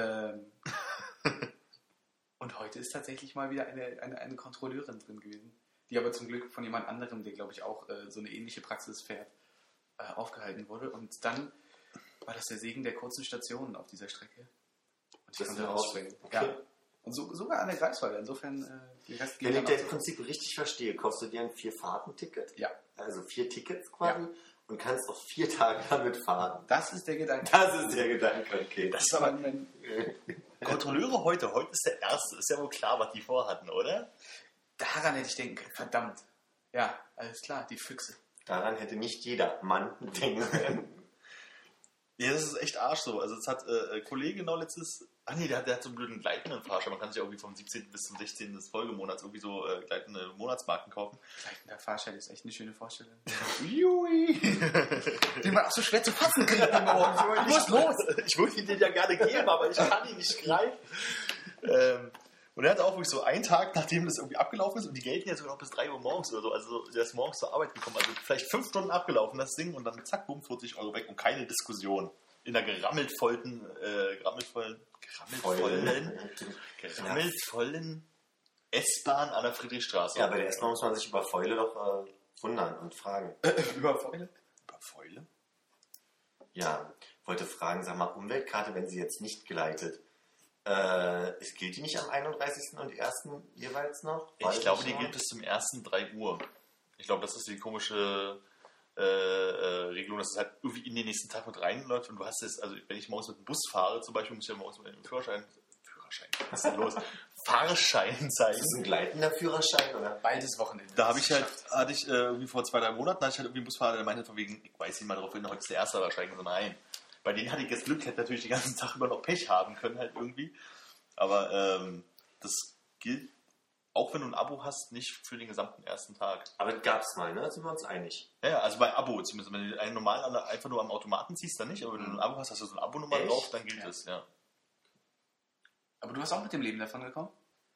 Und heute ist tatsächlich mal wieder eine Kontrolleurin drin gewesen, die aber zum Glück von jemand anderem, der glaube ich auch so eine ähnliche Praxis fährt, aufgehalten wurde. Und dann war das der Segen der kurzen Stationen auf dieser Strecke. Und ich Das konnte ist ausspringen. okay. Ja. Und sogar an der Greifswalder. Insofern, die Rest Wenn ich dann das auch- Prinzip richtig verstehe, kaufst du dir ein 4-Fahrten-Ticket. Ja, Also 4 Tickets quasi. Und kannst auch 4 Tage damit fahren. das ist der Gedanke. Das ist der Gedanke, okay. Das ist aber Kontrolleure heute ist der erste. Ist ja wohl klar, was die vorhatten, oder? Daran hätte ich denken können. Verdammt. Ja, alles klar, die Füchse. Daran hätte nicht jeder Mann denken können. Ja, das ist echt Arsch so. Also es hat Kollege genau letztes... Ach nee, der hat so einen blöden gleitenden Fahrschein. Man kann sich irgendwie vom 17. bis zum 16. des Folgemonats irgendwie so gleitende Monatsmarken kaufen. Gleitender Fahrschein ist echt eine schöne Vorstellung. Jui! Den man auch so schwer zu fassen kriegt. Ich muss los! Ich würde ihn dir ja gerne geben, aber ich kann ihn nicht greifen. Und er hat auch wirklich so einen Tag, nachdem das irgendwie abgelaufen ist, und die gelten ja sogar noch bis 3 Uhr morgens oder so, also der ist morgens zur Arbeit gekommen, also vielleicht 5 Stunden abgelaufen, das Ding, und dann zack, bumm, 40 € weg und keine Diskussion. In der gerammeltvollen S-Bahn an der Friedrichstraße. Ja, bei der S-Bahn muss man sich über Fäule doch wundern und fragen. Über Fäule? Über Fäule? Ja, wollte fragen, sag mal, Umweltkarte, wenn sie jetzt nicht geleitet, gilt die nicht am 31. und 1. jeweils noch? Ich glaube, die gilt bis zum 1. 3 Uhr. Ich glaube, das ist die komische Regelung, dass es halt irgendwie in den nächsten Tag mit reinläuft. Und du hast jetzt, also wenn ich morgens mit dem Bus fahre, zum Beispiel, muss ich ja morgens mit dem Führerschein, was ist denn los? Fahrschein zeigen. Ist das ein gleitender Führerschein, oder? Beides Wochenende. Da hatte ich irgendwie vor 2-3 Monaten, hatte ich halt irgendwie einen Busfahrer, der meinte von wegen, ich weiß nicht mal drauf hin, heute ist der Erste, aber steigen sie mal ein. Bei denen hatte ich jetzt Glück, hätte natürlich den ganzen Tag über noch Pech haben können halt irgendwie. Aber das gilt, auch wenn du ein Abo hast, nicht für den gesamten ersten Tag. Aber das gab's mal, ne? Sind wir uns einig. Ja, also bei Abo zumindest. Wenn du einen normalen einfach nur am Automaten ziehst, dann nicht. Aber wenn du ein Abo hast, hast du so eine Abonummer Echt? drauf, dann gilt Ja. es, ja. Aber du hast auch mit dem Leben davon gekommen?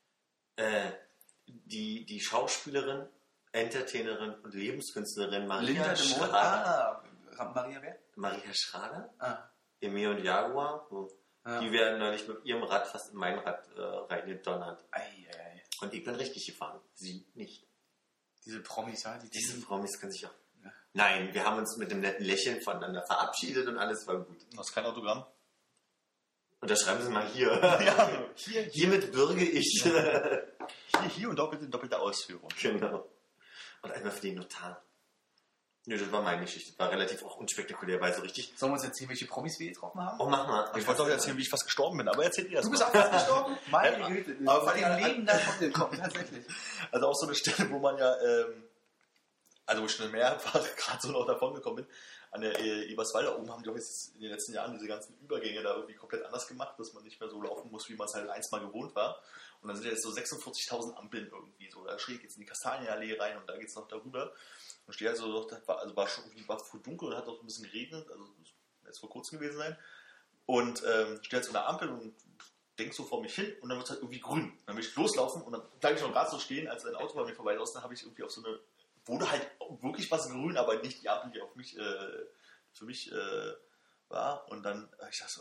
Die Schauspielerin, Entertainerin und Lebenskünstlerin Linda Maria de Mol. Schrader. Maria wer? Maria Schrader? Ah. Emil und Jaguar. Ja. Die werden neulich mit ihrem Rad fast in mein Rad reingedonnert. Ei. Und ich bin richtig gefahren. Sie nicht. Diese Promis, ja, Diese Promis können sich auch... Ja. Nein, wir haben uns mit einem netten Lächeln voneinander verabschiedet und alles war gut. Du hast kein Autogramm? Unterschreiben Sie mal hier. Ja, Hiermit bürge ich. hier und doppelte Ausführung. Genau. Und einmal für den Notar. Nö, das war meine Geschichte. War relativ auch unspektakulär, weil so richtig... Sollen wir uns erzählen, welche Promis wir getroffen haben? Oh, mach mal. Ich wollte auch erzählen, wie ich fast gestorben bin, aber erzähl dir das Du mal. bist auch fast gestorben? Meine Ja, Güte. aber Von vor allem- dem Leben davon gekommen, tatsächlich. Also auch so eine Stelle, wo man ja, also wo ich schon mehrfach gerade so noch davon gekommen bin, an der Eberswalder oben haben die auch jetzt in den letzten Jahren diese ganzen Übergänge da irgendwie komplett anders gemacht, dass man nicht mehr so laufen muss, wie man es halt einst mal gewohnt war. Und dann sind ja jetzt so 46.000 Ampeln irgendwie so. Da schräg jetzt in die Kastanienallee rein und da geht es noch darüber. Und stehe also noch, war schon irgendwie war früh dunkel und hat auch ein bisschen geregnet, also das jetzt vor kurzem gewesen sein. Und stehe jetzt an der Ampel und denk so vor mich hin und dann wird es halt irgendwie grün. Dann will ich loslaufen und dann bleibe ich noch gerade so stehen, als ein Auto bei mir vorbei ist. Dann habe ich irgendwie auf so eine, wurde halt wirklich was grün, aber nicht die Ampel, die auf mich, für mich war. Und dann, ich dachte so, ein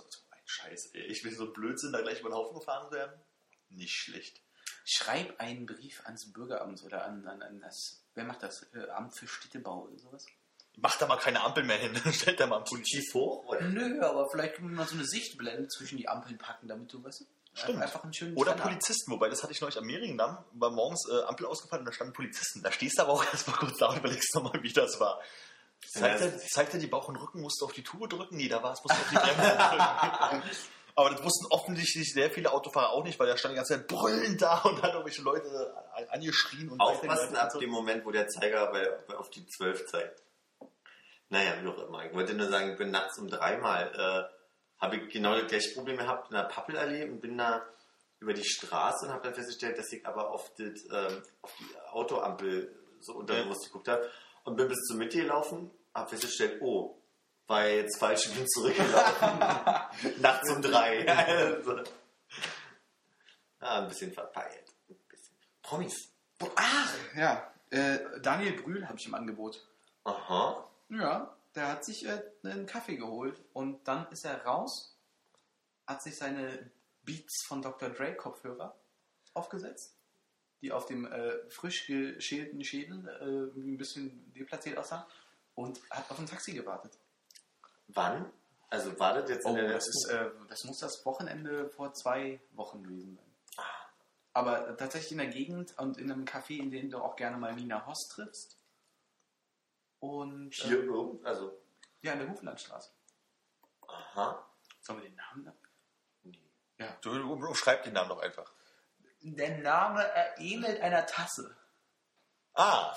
Scheiße, ey. Ich will so ein Blödsinn da gleich über den Haufen gefahren werden. Nicht schlecht. Schreib einen Brief ans Bürgeramt oder an das, wer macht das? Amt für Städtebau oder sowas? Mach da mal keine Ampel mehr hin. Stellt da mal ein Politik. Tief hoch? Oder? Nö, aber vielleicht können wir mal so eine Sichtblende zwischen die Ampeln packen, damit du, weißt du? Stimmt. Einfach einen schönen Oder Trenner. Polizisten, wobei das hatte ich neulich am Mehringdamm, war morgens Ampel ausgefallen und da standen Polizisten. Da stehst du aber auch erstmal kurz da und überlegst nochmal, wie das war. Zeigt er die Bauch und Rücken, musst du auf die Tube drücken? Nee, da war es, musst du auf die Bremse drücken. Aber das wussten offensichtlich sehr viele Autofahrer auch nicht, weil da stand die ganze Zeit brüllend da und hat irgendwelche Leute angeschrien. Und Aufpassen ab dem Moment, wo der Zeiger auf die 12 zeigt. Naja, wie auch immer. Ich wollte nur sagen, ich bin nachts um 3 Mal, habe ich genau das gleiche Problem gehabt in der Pappelallee und bin da über die Straße und habe dann festgestellt, dass ich aber auf die Autoampel so unterbewusst geguckt habe und bin bis zur Mitte gelaufen, habe festgestellt, oh, war jetzt falsch, ich bin zurückgelaufen. Nachts um 3. Also, ein bisschen verpeilt. Ein bisschen. Promis. Ach, ja. Daniel Brühl habe ich im Angebot. Aha. Ja, der hat sich einen Kaffee geholt und dann ist er raus, hat sich seine Beats von Dr. Dre Kopfhörer aufgesetzt, die auf dem frisch geschälten Schädel ein bisschen deplatziert aussahen und hat auf ein Taxi gewartet. Wann? Also war das jetzt in der das muss das Wochenende vor 2 Wochen gewesen sein. Aber tatsächlich in der Gegend und in einem Café, in dem du auch gerne mal Nina Hoss triffst. Und hier irgendwo? Also. ja, in der Hufenlandstraße. Aha. Sollen wir den Namen da? Nee. Ja. Du schreib den Namen doch einfach. Der Name ähnelt einer Tasse. Ah.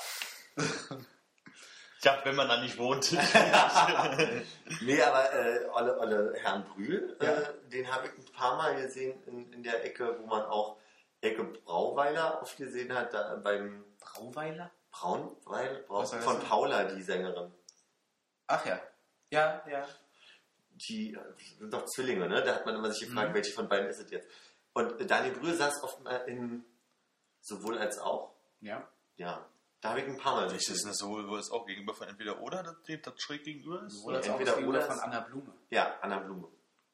Ja, wenn man da nicht wohnt. Nee, aber Olle Herrn Brühl, den habe ich ein paar Mal gesehen in der Ecke, wo man auch Ecke Brauweiler oft gesehen hat, da beim Brauweiler? Was soll das von sein? Paula, die Sängerin. Ach ja. Ja, ja. Die sind doch Zwillinge, ne? Da hat man immer sich gefragt, welche von beiden ist es jetzt. Und Daniel Brühl saß oft mal in sowohl als auch. Ja. Ja, da habe ich ein paar Mal Ist das so, wo es auch gegenüber von entweder oder das schräg gegenüber ist? Oder entweder entweder oder von Anna Blume. Ja, Anna Blume.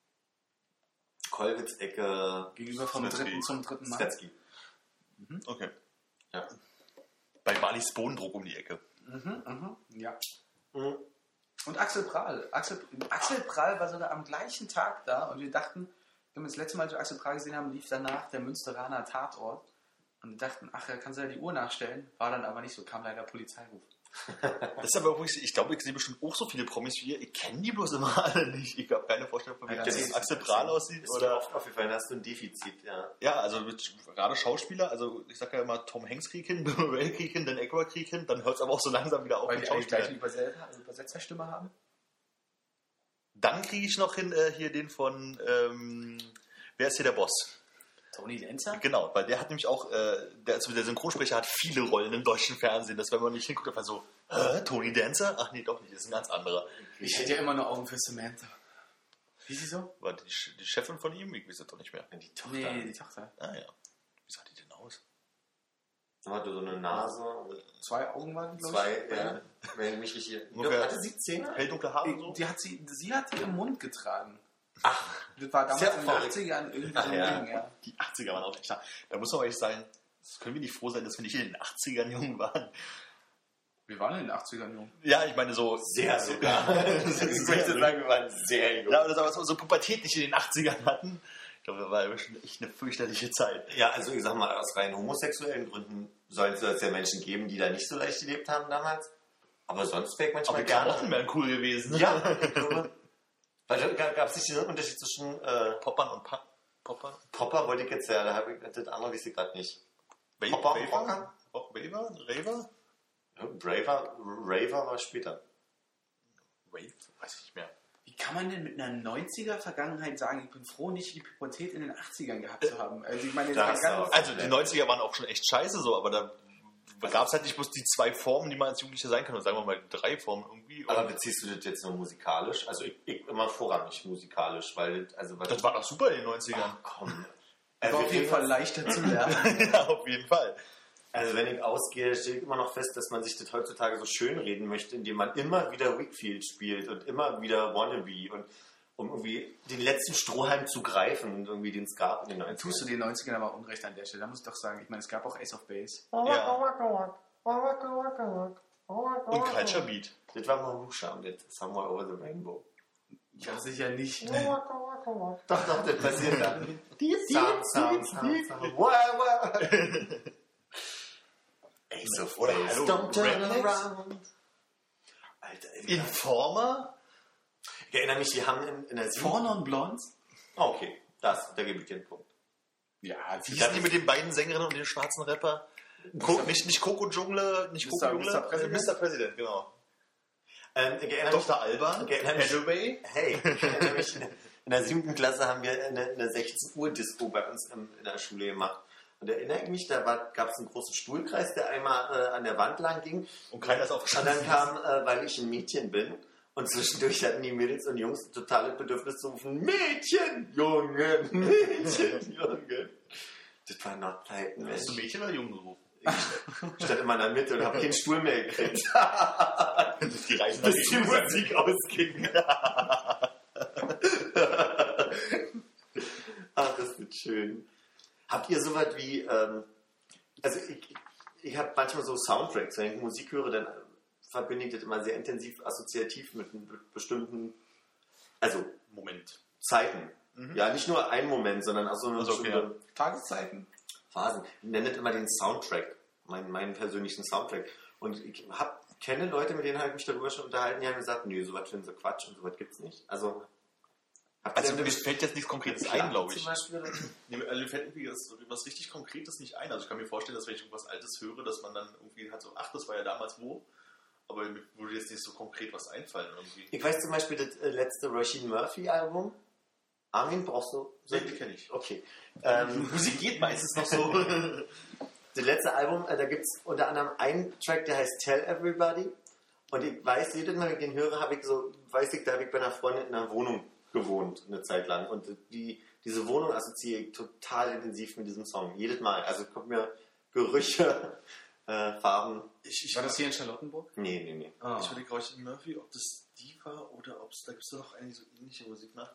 Kollwitz-Ecke. Gegenüber vom Svetzky. dritten zum dritten Mal. Svetzky. Okay. Ja. Bei Marlies Bodendruck um die Ecke. Ja. Mhm. Und Axel Prahl. Axel Prahl war sogar am gleichen Tag da und wir dachten, wenn wir das letzte Mal, als wir Axel Prahl gesehen haben, lief danach der Münsteraner Tatort. Und wir dachten, ach, da kannst du ja die Uhr nachstellen. War dann aber nicht so, kam leider Polizeiruf. Das ist aber wirklich, ich glaube, ich sehe bestimmt auch so viele Promis wie ihr. Ich kenne die bloß immer alle nicht. Ich habe keine Vorstellung, von wie Ja, das das Axel Prahl aussieht. Ist dir Oder oft aufgefallen, hast du ein Defizit, ja. ja, also gerade Schauspieler, also ich sage ja immer Tom Hanks krieg hin, Bill Murray krieg hin, Dan Aykroyd krieg hin, dann hört es aber auch so langsam wieder auf Weil mit die alle die gleiche Schauspielern. Übersetzerstimme haben. Dann kriege ich noch hin hier den von, wer ist hier der Boss? Tony Lenzer? Genau, weil der hat nämlich auch, der Synchronsprecher hat viele Rollen im deutschen Fernsehen, dass wenn man nicht hinguckt, einfach so, Tony Dancer? Ach nee, doch nicht, das ist ein ganz anderer. Ich hätte ja immer nur Augen für Samantha. Wie ist sie so? War die Chefin von ihm? Ich weiß es doch nicht mehr. Die Tochter. Nee, die Tochter. Ah ja. Wie sah die denn aus? Dann hatte so eine Nase und 2 Augen waren, glaube zwei, ich. ja, wenn ich mich richtig... Ungefähr. Hatte sie Zähne? Helldunkle Haare und so? Sie hat die im Mund getragen. Ach, Das war damals Sehr in den verrückt. 80ern irgendwie so Ach ein ja. Ding, ja. Die 80er waren auch echt da. Da muss man aber echt sagen, das können wir nicht froh sein, dass wir nicht in den 80ern jung waren. Wir waren in den 80ern jung. Ja, ich meine so... sehr sogar. Das Ich ist möchte sehr sagen, wir waren sehr jung. Ja, oder dass wir so Pubertät nicht in den 80ern hatten. Ich glaube, das war schon echt eine fürchterliche Zeit. Ja, also ich sag mal, aus rein homosexuellen Gründen sollen es ja Menschen geben, die da nicht so leicht gelebt haben damals. Aber sonst wäre ich Aber manchmal die gerne. Klamotten wären cool gewesen. Ja, ich glaube. Weil da gab es nicht diesen Unterschied zwischen Poppern und Poppern. Popper wollte ich jetzt ja, da habe ich das andere weiß ich gerade nicht. Wave, Popper, Waver? Waver? Raver? Ja, Raver war später. Wave? Weiß ich nicht mehr. Wie kann man denn mit einer 90er-Vergangenheit sagen, ich bin froh, nicht die Pubertät in den 80ern gehabt zu haben? Also ich meine, Da das hast war du ganz... auch- Also die 90er waren auch schon echt scheiße so, aber da gab es halt nicht bloß die 2 Formen, die man als Jugendlicher sein kann. Und sagen wir mal 3 Formen irgendwie. Aber beziehst du das jetzt nur musikalisch? Also ich immer vorrangig musikalisch, weil also was das war doch super in den 90ern. Ach, komm. war auf jeden Fall leichter zu lernen. Ja, auf jeden Fall. Also wenn ich ausgehe, stelle ich immer noch fest, dass man sich das heutzutage so schön reden möchte, indem man immer wieder Wakefield spielt und immer wieder Wannabe um irgendwie den letzten Strohhalm zu greifen und irgendwie den Ska in den 90ern. Tust du den 90ern aber Unrecht an der Stelle. Da muss ich doch sagen, ich meine, es gab auch Ace of Base. Ja. Und Culture Beat. Das war Marusha mit Somewhere Over the Rainbow. Ja, sicher nicht. Doch, das passiert da. Ace of Oder Base. hallo, Don't turn Rednecks? around. Alter, Informer? ich erinnere mich, wir haben in der Four Non Blondes? Okay, da gebe ich dir einen Punkt. Ja, Wie hießen die mit den beiden Sängerinnen und den schwarzen Rapper? Nicht Coco Jungle, nicht Coco Jungle, Mr. President? Mr. President, genau. Ich erinnere mich, Dr. Alban, ich erinnere mich, Hathaway. hey, ich erinnere mich, in der 7. Klasse haben wir eine 16 Uhr Disco bei uns in der Schule gemacht. Und da erinnere ich mich, da gab es einen großen Stuhlkreis, der einmal an der Wand lang ging. Und keiner ist Und aufgestanden. dann kam, weil ich ein Mädchen bin, und zwischendurch hatten die Mädels und Jungs ein totales Bedürfnis zu rufen, Mädchen, Jungen, Mädchen, Jungen. Das war noch Zeiten, Mensch. Hast du Mädchen oder Jungen gerufen? Ich stand immer in der Mitte und habe keinen Stuhl mehr gekriegt, Die reichen bis die Musik ausging. Ach, das wird schön. Habt ihr sowas wie, also ich habe manchmal so Soundtracks, wenn ich Musik höre, dann verbinde ich das immer sehr intensiv assoziativ mit einem bestimmten, also Moment. Zeiten. Ja, nicht nur einen Moment, sondern auch so eine Also, okay, bestimmte Tageszeiten? Phasen. Ich nenne das immer den Soundtrack, meinen persönlichen Soundtrack. Und ich kenne Leute, mit denen habe ich mich darüber schon unterhalten, die haben gesagt, nö, sowas finden sie Quatsch und sowas gibt's nicht. Also, Also mir fällt jetzt nichts Konkretes ein, glaube ich. Zum Beispiel, Mir fällt irgendwie was richtig Konkretes nicht ein. Also ich kann mir vorstellen, dass wenn ich irgendwas Altes höre, dass man dann irgendwie halt so, ach, das war ja damals wo. Aber mir würde jetzt nicht so konkret was einfallen irgendwie. ich weiß zum Beispiel das letzte Roisin Murphy Album. Armin, brauchst du? Nee, die kenne ich. Okay. Musik geht meistens noch so. Das letzte Album, da gibt es unter anderem einen Track, der heißt Tell Everybody. Und ich weiß, jedes Mal, wenn ich den höre, da habe ich bei einer Freundin in einer Wohnung gewohnt, eine Zeit lang. Und diese Wohnung assoziiere ich total intensiv mit diesem Song. Jedes Mal. Also kommt mir Gerüche, Farben. War das hier in Charlottenburg? Nee. Ah. Ich überlege Roisin Murphy, ob das die war oder ob es da gibt es noch eine, die so ähnliche Musik macht.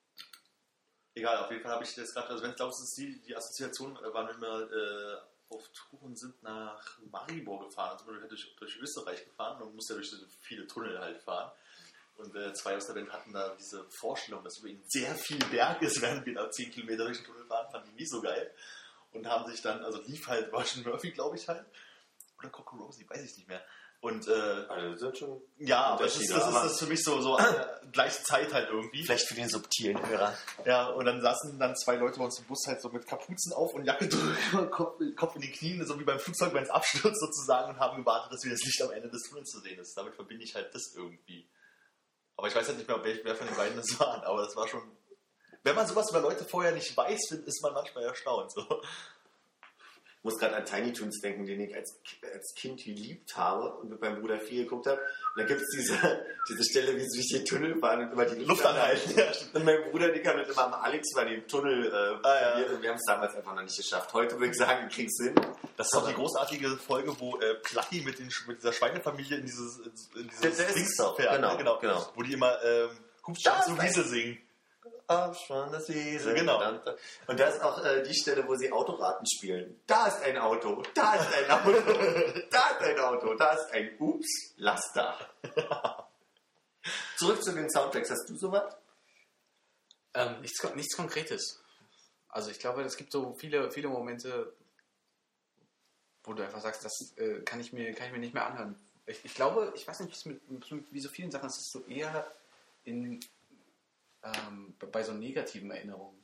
Egal, auf jeden Fall habe ich das gerade, also wenn ich glaube, es ist die Assoziation, waren wir mal auf Touren sind nach Maribor gefahren, also wir sind durch Österreich gefahren und mussten ja durch so viele Tunnel halt fahren. Und zwei aus der Band hatten da diese Vorstellung, dass über ihnen sehr viel Berg ist, während wir da 10 Kilometer durch den Tunnel fahren, fanden die nie so geil. Und haben sich dann, also lief halt Roisin Murphy, glaube ich halt, oder Coco Rosie, weiß ich nicht mehr. Und Also das sind schon ja, aber das ist für mich so gleiche Zeit halt irgendwie. vielleicht für den subtilen Hörer. Ja, und dann saßen dann zwei Leute bei uns im Bus halt so mit Kapuzen auf und Jacke drüber, Kopf in die Knien, so wie beim Flugzeug, wenn es abstürzt sozusagen, und haben gewartet, dass wieder das Licht am Ende des Tunnels zu sehen ist. Damit verbinde ich halt das irgendwie. Aber ich weiß halt nicht mehr, wer von den beiden das waren, aber das war schon... Wenn man sowas über Leute vorher nicht weiß, ist man manchmal erstaunt. So. Ich muss gerade an Tiny Toons denken, den ich als Kind geliebt habe und mit meinem Bruder viel geguckt habe. Und da gibt es diese Stelle, wie sie durch den Tunnel fahren und immer die Luft anhalten. Ja. Und mein Bruder, die kam mit immer am Alex bei dem Tunnel. Ja. Wir haben es damals einfach noch nicht geschafft. Heute würde ich sagen, ich krieg's hin. Das ist auch die großartige Folge, wo Plucky mit dieser Schweinefamilie in dieses Dings da fährt. Genau. Wo die immer Hubschrauber zu Wiesel singen. Aufspann, das Wiesel. Genau. Und da ist auch die Stelle, wo sie Autoraten spielen. Da ist ein Auto, da ist ein Auto, da ist ein Auto, da ist ein Laster. Zurück zu den Soundtracks. Hast du sowas? Nichts Konkretes. Also ich glaube, es gibt so viele Momente, wo du einfach sagst, das kann ich mir nicht mehr anhören. Ich glaube, ich weiß nicht, wie so vielen Sachen, es ist so eher bei so negativen Erinnerungen.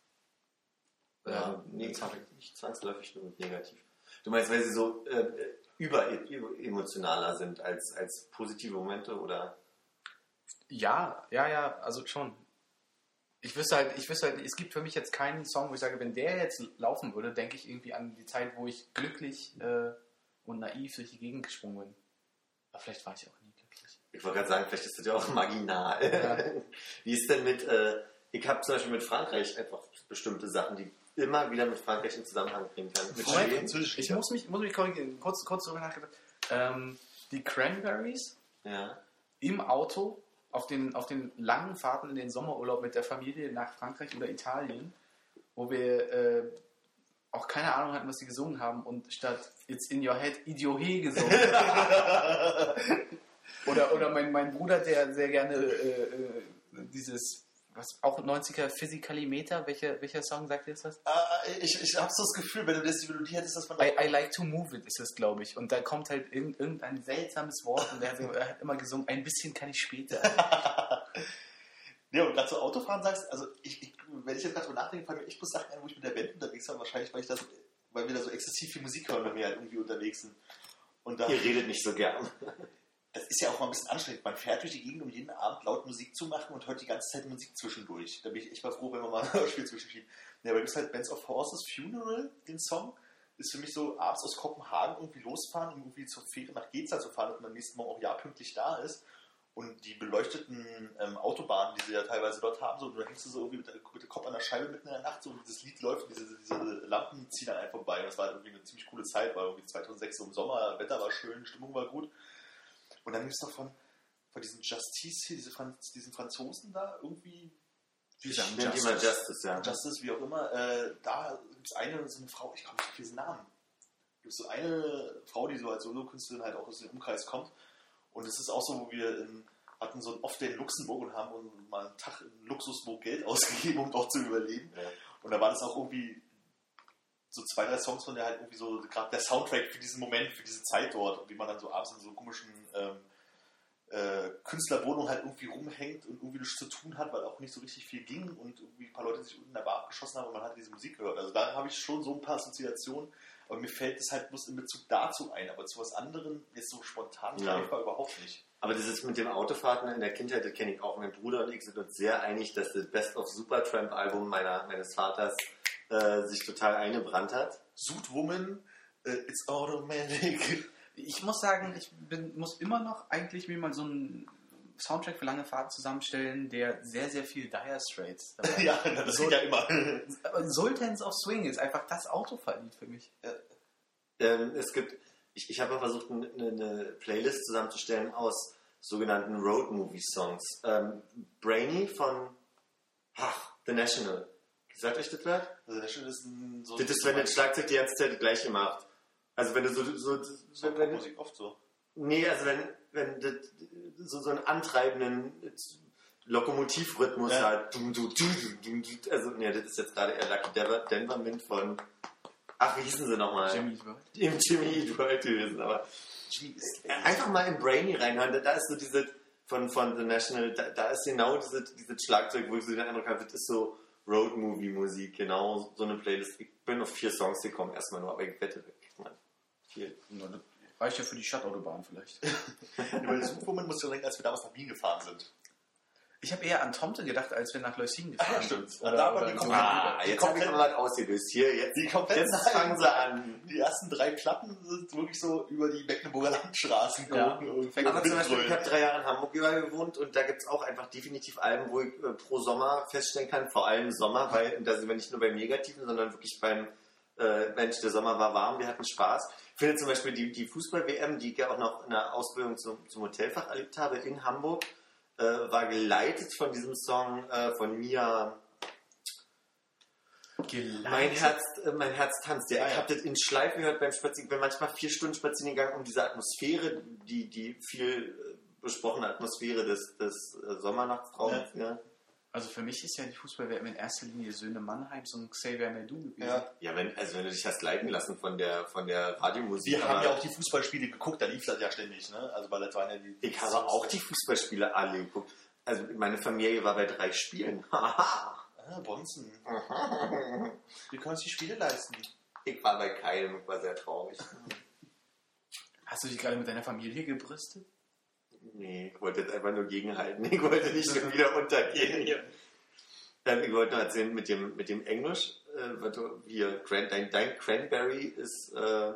Nicht zwangsläufig nur negativ. Du meinst, weil sie so überemotionaler sind als positive Momente, oder? Ja, also schon. Ich wüsste halt, es gibt für mich jetzt keinen Song, wo ich sage, wenn der jetzt laufen würde, denke ich irgendwie an die Zeit, wo ich glücklich und naiv durch die Gegend gesprungen bin. Aber vielleicht war ich auch nie glücklich. Ich wollte gerade sagen, vielleicht ist das ja auch marginal. Ja. Wie ist denn mit, ich habe zum Beispiel mit Frankreich einfach bestimmte Sachen, die immer wieder mit Frankreich in Zusammenhang bringen kann. Mit Französisch. Ich muss mich korrigieren, kurz darüber nachgedacht. Die Cranberries im Auto auf den langen Fahrten in den Sommerurlaub mit der Familie nach Frankreich oder Italien, wo wir auch keine Ahnung hatten, was sie gesungen haben und statt It's in your head, Idiohe gesungen. oder mein Bruder, der sehr gerne dieses, was auch 90er Physically-Meter, welcher Song sagt jetzt das? Ich habe so das Gefühl, wenn du das die Melodie hättest, dass man... I like to move it ist es, glaube ich. Und da kommt halt irgendein seltsames Wort und er hat immer gesungen, ein bisschen kann ich später. Ja, und gerade so Autofahren sagst, also wenn ich jetzt gerade drüber nachdenke, fallen mir echt bloß Sachen ein, wo ich mit der Band unterwegs war, wahrscheinlich, weil wir da so exzessiv viel Musik hören, wenn wir halt irgendwie unterwegs sind. Und da, Ihr redet nicht so gern. das ist ja auch mal ein bisschen anstrengend. Man fährt durch die Gegend, um jeden Abend laut Musik zu machen und hört die ganze Zeit Musik zwischendurch. Da bin ich echt mal froh, wenn man mal ein Spiel zwischenschieben. Ja, aber du bist halt Bands of Horses Funeral, den Song, ist für mich so abends aus Kopenhagen irgendwie losfahren, um irgendwie zur Fähre nach Geza zu fahren und am nächsten Morgen auch jahrpünktlich da ist. Und die beleuchteten Autobahnen, die sie ja teilweise dort haben, so, und dann hängst du so irgendwie mit dem Kopf an der Scheibe mitten in der Nacht, so, und dieses Lied läuft und diese Lampen ziehen dann einfach vorbei. Und das war irgendwie eine ziemlich coole Zeit, war irgendwie 2006 so im Sommer, Wetter war schön, Stimmung war gut. Und dann gibt es doch von diesen Justice hier, diesen Franzosen da irgendwie. Die sagen Justice, ja. Justice, wie auch immer. Da gibt es so eine Frau, ich komme nicht auf diesen Namen. Gibt es so eine Frau, die so als Solokünstlerin halt auch aus dem Umkreis kommt. Und es ist auch so, wo wir hatten so ein Off-Day in Luxemburg und haben mal einen Tag in Luxusburg Geld ausgegeben, um dort zu überleben. Ja. Und da war das auch irgendwie so 2, 3 Songs von der halt irgendwie so, gerade der Soundtrack für diesen Moment, für diese Zeit dort, und wie man dann so abends in so komischen Künstlerwohnungen halt irgendwie rumhängt und irgendwie nichts zu tun hat, weil auch nicht so richtig viel ging und irgendwie ein paar Leute sich unten in der Bar abgeschossen haben und man hat diese Musik gehört. Also da habe ich schon so ein paar Assoziationen, aber mir fällt es halt bloß in Bezug dazu ein, aber zu was anderem jetzt so spontan greifbar überhaupt nicht. Aber das ist mit dem Autofahrten in der Kindheit, das kenne ich auch. Mein Bruder und ich sind uns sehr einig, dass das Best of Supertramp Album meines Vaters sich total eingebrannt hat. Suitwoman, It's Automatic. Ich muss sagen, muss immer noch eigentlich mir mal so einen Soundtrack für lange Fahrten zusammenstellen, der sehr, sehr viel Dire Straits dabei hat. Ja, das geht ja immer. Sultans of Swing ist einfach das Autofahrlied für mich. Ich habe versucht, eine Playlist zusammenzustellen aus sogenannten Road Movie Songs. Brainy von The National. Sagt euch das was? The National ist so... Das ist, wenn das Schlagzeug die ganze Zeit das Gleiche macht. Also wenn du wenn Musik oft so. Nee, also wenn das so einen antreibenden Lokomotivrhythmus hat. Also, nee, das ist jetzt gerade eher Lucky Denver Mint von... Ach, wie hießen sie nochmal? Jimmy Eat World. Im Jimmy Eat World gewesen, aber... Einfach mal in Brainy reinhören, da ist so diese... Von The National, da ist genau dieses Schlagzeug, wo ich so den Eindruck habe, das ist so Road-Movie-Musik, genau so eine Playlist. Ich bin auf 4 Songs gekommen, erstmal nur, aber ich wette, da kriegt man viel. Das reicht ja für die Stadtautobahn vielleicht. Über das Suitwoman musst du denken, als wir damals nach Wien gefahren sind. Ich habe eher an Tomte gedacht, als wir nach Leuchingen gefahren sind. Stimmt. Da aber jetzt haben wir mal ausgelöst. Hier, jetzt fangen sie an. Die ersten 3 Platten sind wirklich so über die Mecklenburger Landstraßen gegangen. Ja. Aber zum Beispiel, ich habe 3 Jahre in Hamburg gewohnt und da gibt es auch einfach definitiv Alben, wo ich pro Sommer feststellen kann, vor allem Sommer, weil da sind wir nicht nur beim Negativen, sondern wirklich beim Mensch, der Sommer war warm, wir hatten Spaß. Ich finde zum Beispiel die Fußball-WM, die ich ja auch noch in der Ausbildung zum Hotelfach erlebt habe in Hamburg, war geleitet von diesem Song von Mia. Mein Herz tanzt. Ja, ich habe das in Schleife gehört beim Spazieren. Ich bin manchmal 4 Stunden spazieren gegangen, um diese Atmosphäre, die viel besprochene Atmosphäre des Sommernachtstraums. Ja. Also für mich ist ja die Fußball-WM in erster Linie Söhne Mannheims und Xavier Naidoo gewesen. Ja, wenn du dich hast leiten lassen von der Radiomusik. Wir haben ja auch die Fußballspiele geguckt, da lief das ja ständig, ne? Also weil das waren ja ich habe auch die Fußballspiele alle geguckt. Also meine Familie war bei 3 Spielen. Bonzen. Wir können uns die Spiele leisten. Ich war bei keinem, ich war sehr traurig. Hast du dich gerade mit deiner Familie gebrüstet? Nee, ich wollte jetzt einfach nur gegenhalten. Ich wollte nicht schon wieder untergehen. Ich wollte nur erzählen mit dem Englisch, hier, dein Cranberry ist,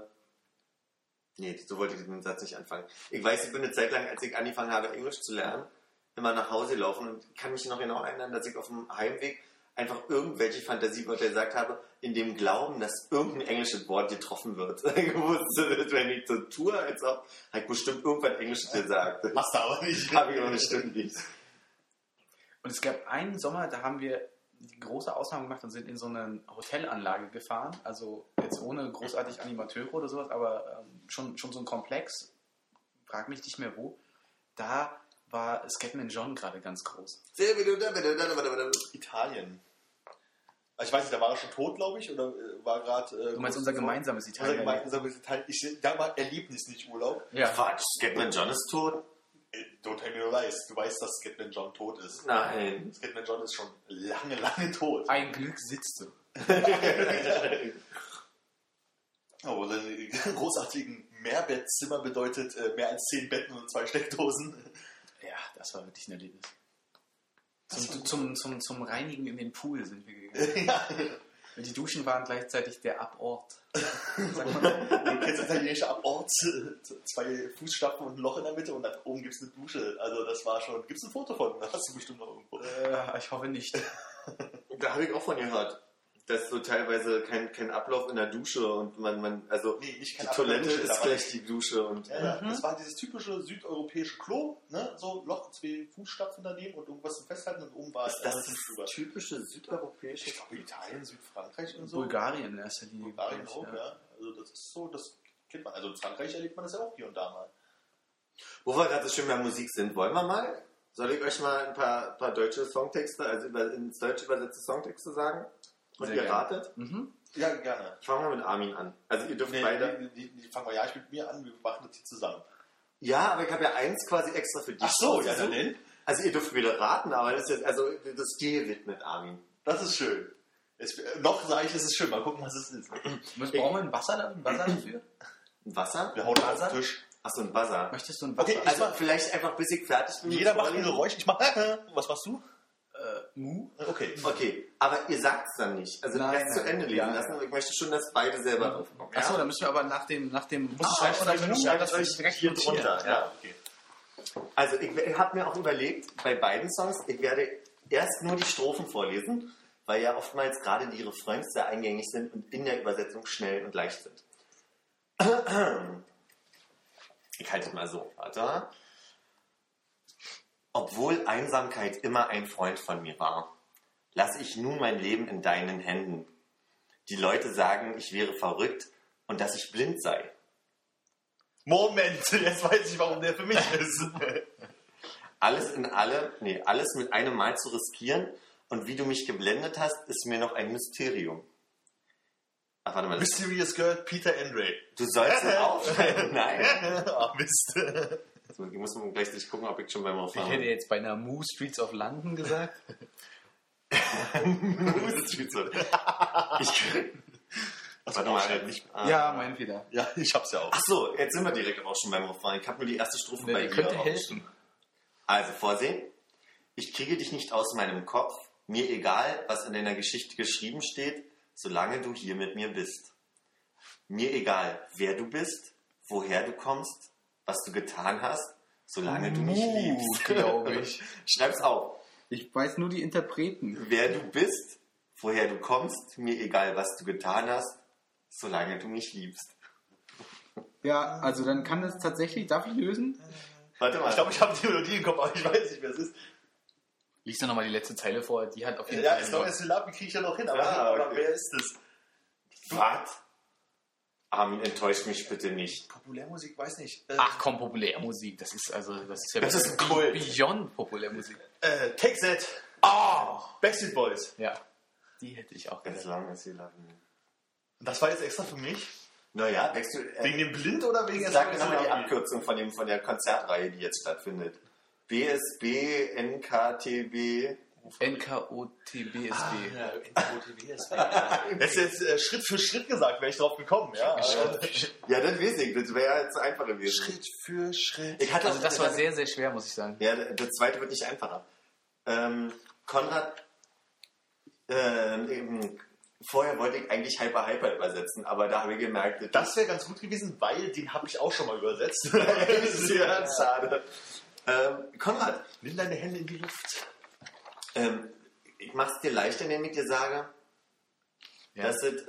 nee, so wollte ich den Satz nicht anfangen. Ich weiß, ich bin eine Zeit lang, als ich angefangen habe, Englisch zu lernen, immer nach Hause laufen und kann mich noch genau erinnern, dass ich auf dem Heimweg einfach irgendwelche Fantasiewörter gesagt habe, in dem Glauben, dass irgendein englisches Wort getroffen wird. Ich wusste, wenn ich so tue, als ob, habe ich bestimmt irgendwas Englisches gesagt. Machst du aber nicht. Habe ich aber bestimmt nicht. Und es gab einen Sommer, da haben wir die große Ausnahme gemacht und sind in so eine Hotelanlage gefahren. Also jetzt ohne großartig Animateure oder sowas, aber schon so ein Komplex. Frag mich nicht mehr wo. Da war Scatman John gerade ganz groß. Italien. Ich weiß nicht, da war er schon tot, glaube ich, oder war gerade... Du meinst unser gemeinsames Italien? Unser gemeinsames Italien. Da war Erlebnis, nicht Urlaub. Ja. Quatsch, Scatman John ist tot? Don't tell me no lies. Du weißt, dass Scatman John tot ist. Nein. Scatman John ist schon lange tot. Ein Glück sitzt du. Oh, seine großartigen Mehrbettzimmer bedeutet mehr als 10 Betten und 2 Steckdosen. Ja, das war wirklich ein Erlebnis. Zum Reinigen in den Pool sind wir gegangen. Ja. Und die Duschen waren gleichzeitig der Abort. Sagt man Du kennst italienische Abort, 2 Fußstapfen und ein Loch in der Mitte und dann oben gibt es eine Dusche. Also das war schon... Gibt es ein Foto von? Das hast du bestimmt noch irgendwo. ich hoffe nicht. Da habe ich auch von gehört. dass so teilweise kein Ablauf in der Dusche und also Nee, nicht die kein Toilette Dusche, ist aber gleich die Dusche und ja, das war dieses typische südeuropäische Klo, ne? So Loch, 2 Fußstapfen daneben und irgendwas zum Festhalten und oben war ist das drüber. das typische südeuropäische? Ich glaube Italien, Südfrankreich und so. Bulgarien in erster Linie. Bulgarien glaub auch, ich, ja. Also das ist so, das kennt man. Also in Frankreich erlebt man das ja auch hier und da mal. Wo wir gerade so schön bei Musik sind, wollen wir mal? Soll ich euch mal ein paar deutsche Songtexte, also ins Deutsche übersetzte Songtexte sagen? Und Sehr ihr gerne. ratet? Mhm. Ja, gerne. Ich fange mal mit Armin an. Also ihr dürft beide... Die fangen wir ja nicht mit mir an, wir machen das hier zusammen. Ja, aber ich habe ja eins quasi extra für dich. Ach so, ja, ausgesucht. dann denn? Also ihr dürft wieder raten, aber das ist jetzt, also das Stilritt Armin. Das ist schön. Noch sage ich, es ist schön. Mal gucken, was es ist. Brauchen wir ein Wasser dafür? Ein Wasser? Wir hauen das auf den Tisch. Achso, ein Buzzer. Möchtest du ein Wasser? Okay, Also vielleicht einfach bis ich fertig bin. mit Jeder macht ein Vorlesen. Geräusch. Ich mach. Was machst du? Mu? Okay. Okay, aber ihr sagt es dann nicht. Also Nein, erst zu nein. Ende lesen Ja. lassen. Aber ich möchte schon, dass beide selber drauf kommen. Achso, dann müssen wir aber nach dem Musst schreiben oder wenn du schreibst, das direkt hier notieren. drunter. Ja. Okay. Also ich habe mir auch überlegt, bei beiden Songs, ich werde erst nur die Strophen vorlesen, weil ja oftmals gerade die Refrains sehr eingängig sind und in der Übersetzung schnell und leicht sind. Ich halte es mal so. Warte. Obwohl Einsamkeit immer ein Freund von mir war, lasse ich nun mein Leben in deinen Händen. Die Leute sagen, ich wäre verrückt und dass ich blind sei. Moment, jetzt weiß ich, warum der für mich ist. Alles mit einem Mal zu riskieren und wie du mich geblendet hast, ist mir noch ein Mysterium. Ach, warte mal. Mysterious Girl, Peter Andre. Du sollst es aufschreiben. Nein. Ach, Mist. So, ich muss mal gleich gucken, ob ich schon beim Ich hätte Refrain jetzt beinahe Mu Streets of London gesagt. Warte mal. nicht. Ja, mein Fehler. Ja, ich hab's ja auch. Ach so, jetzt sind wir direkt auch schon beim Refrain. Ich habe nur die erste Strophe bei Der dir könnte aufgeschrieben. helfen. Also, vorsehen. Ich kriege dich nicht aus meinem Kopf. Mir egal, was in deiner Geschichte geschrieben steht, solange du hier mit mir bist. Mir egal, wer du bist, woher du kommst, was du getan hast, solange du mich liebst. glaube ich. Schreib's auf. Ich weiß nur die Interpreten. Wer du bist, woher du kommst, mir egal, was du getan hast, solange du mich liebst. Ja, also dann kann es tatsächlich, darf ich lösen? Warte mal. Ich glaube, ich habe die Melodie im Kopf, aber ich weiß nicht, wer es ist. Lies doch nochmal die letzte Zeile vor, die hat auf jeden Ja, Fall... ist doch ein Syllabi, kriege ich ja noch hin, aber, Ja, aber okay. wer ist es? Was? Armin, enttäuscht mich bitte nicht. Populärmusik, weiß nicht. Ach komm, Populärmusik, das ist ja Das ist ein Kult. Beyond Populärmusik. Take That. Oh, Backstreet Boys. Ja, die hätte ich auch As gesagt. long as you love me. Das war jetzt extra für mich? Naja, wächst du... Wegen dem Blind oder wegen Sag mir nochmal die Syllabi? Abkürzung von der Konzertreihe, die jetzt stattfindet. BSB, NKTB... NKOTBSB. Ja, NKOTBSB. Das ist jetzt Schritt für Schritt gesagt, wäre ich drauf gekommen. Ja, Ja, das weiß ich. Das wäre ja jetzt einfach gewesen. Schritt für Schritt. Ich hatte Also das war sehr, sehr schwer, muss ich sagen. Ja, das zweite wird nicht einfacher. Konrad, vorher wollte ich eigentlich Hyper übersetzen, aber da habe ich gemerkt, Das wäre ganz gut gewesen, weil den habe ich auch schon mal übersetzt. ist ja schade. Konrad, Nimm deine Hände in die Luft. ich mache es dir leichter, indem ich dir sage, Ja. dass es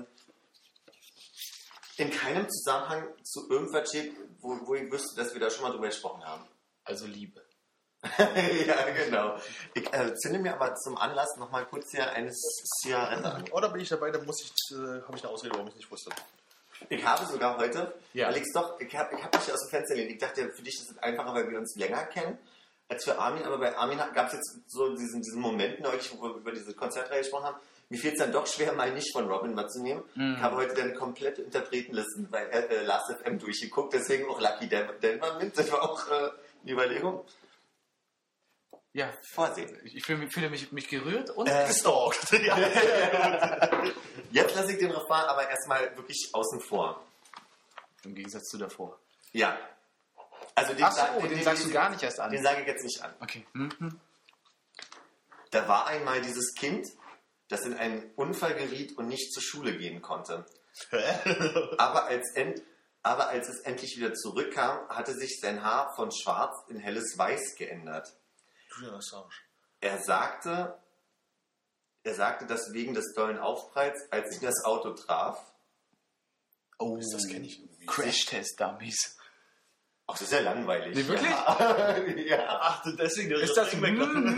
in keinem Zusammenhang zu irgendwas steht, wo ich wüsste, dass wir da schon mal drüber gesprochen haben. Also Liebe. Ja, genau. Ich zünde mir aber zum Anlass nochmal kurz hier eine Zigarette an. Oder bin ich dabei, dann habe ich eine Ausrede, warum ich es nicht wusste. Ich habe sogar heute, Ja. weil ich hab mich hier aus dem Fenster gelehnt. Ich dachte, für dich ist es einfacher, weil wir uns länger kennen als für Armin. Aber bei Armin gab es jetzt so diesen Moment neulich, wo wir über diese Konzertreihe gesprochen haben. Mir fiel es dann doch schwer, mal nicht von Robin was zu nehmen. Ich habe heute dann komplette Interpretenlisten bei Last.fm durchgeguckt, deswegen auch Lucky Denver mit. Das war auch eine Überlegung. Ja, Vorsehen. ich fühle mich gerührt und Gestalkt. Ja. Jetzt lasse ich den Refrain aber erstmal wirklich außen vor. im Gegensatz zu davor. Ja. Also Ach so, den sagst du gar nicht erst an. Den sage ich jetzt nicht an. Okay. Da war einmal dieses Kind, das in einen Unfall geriet und nicht zur Schule gehen konnte. Aber als es endlich wieder zurückkam, hatte sich sein Haar von schwarz in helles Weiß geändert. Er sagte, dass wegen des dollen Aufpralls, als ihn das Auto traf. Oh, Das kenne ich irgendwie. Crash-Test-Dummies. Ach, das ist ja langweilig. Nee, wirklich? Ja. Ach, deswegen Ist das... Jetzt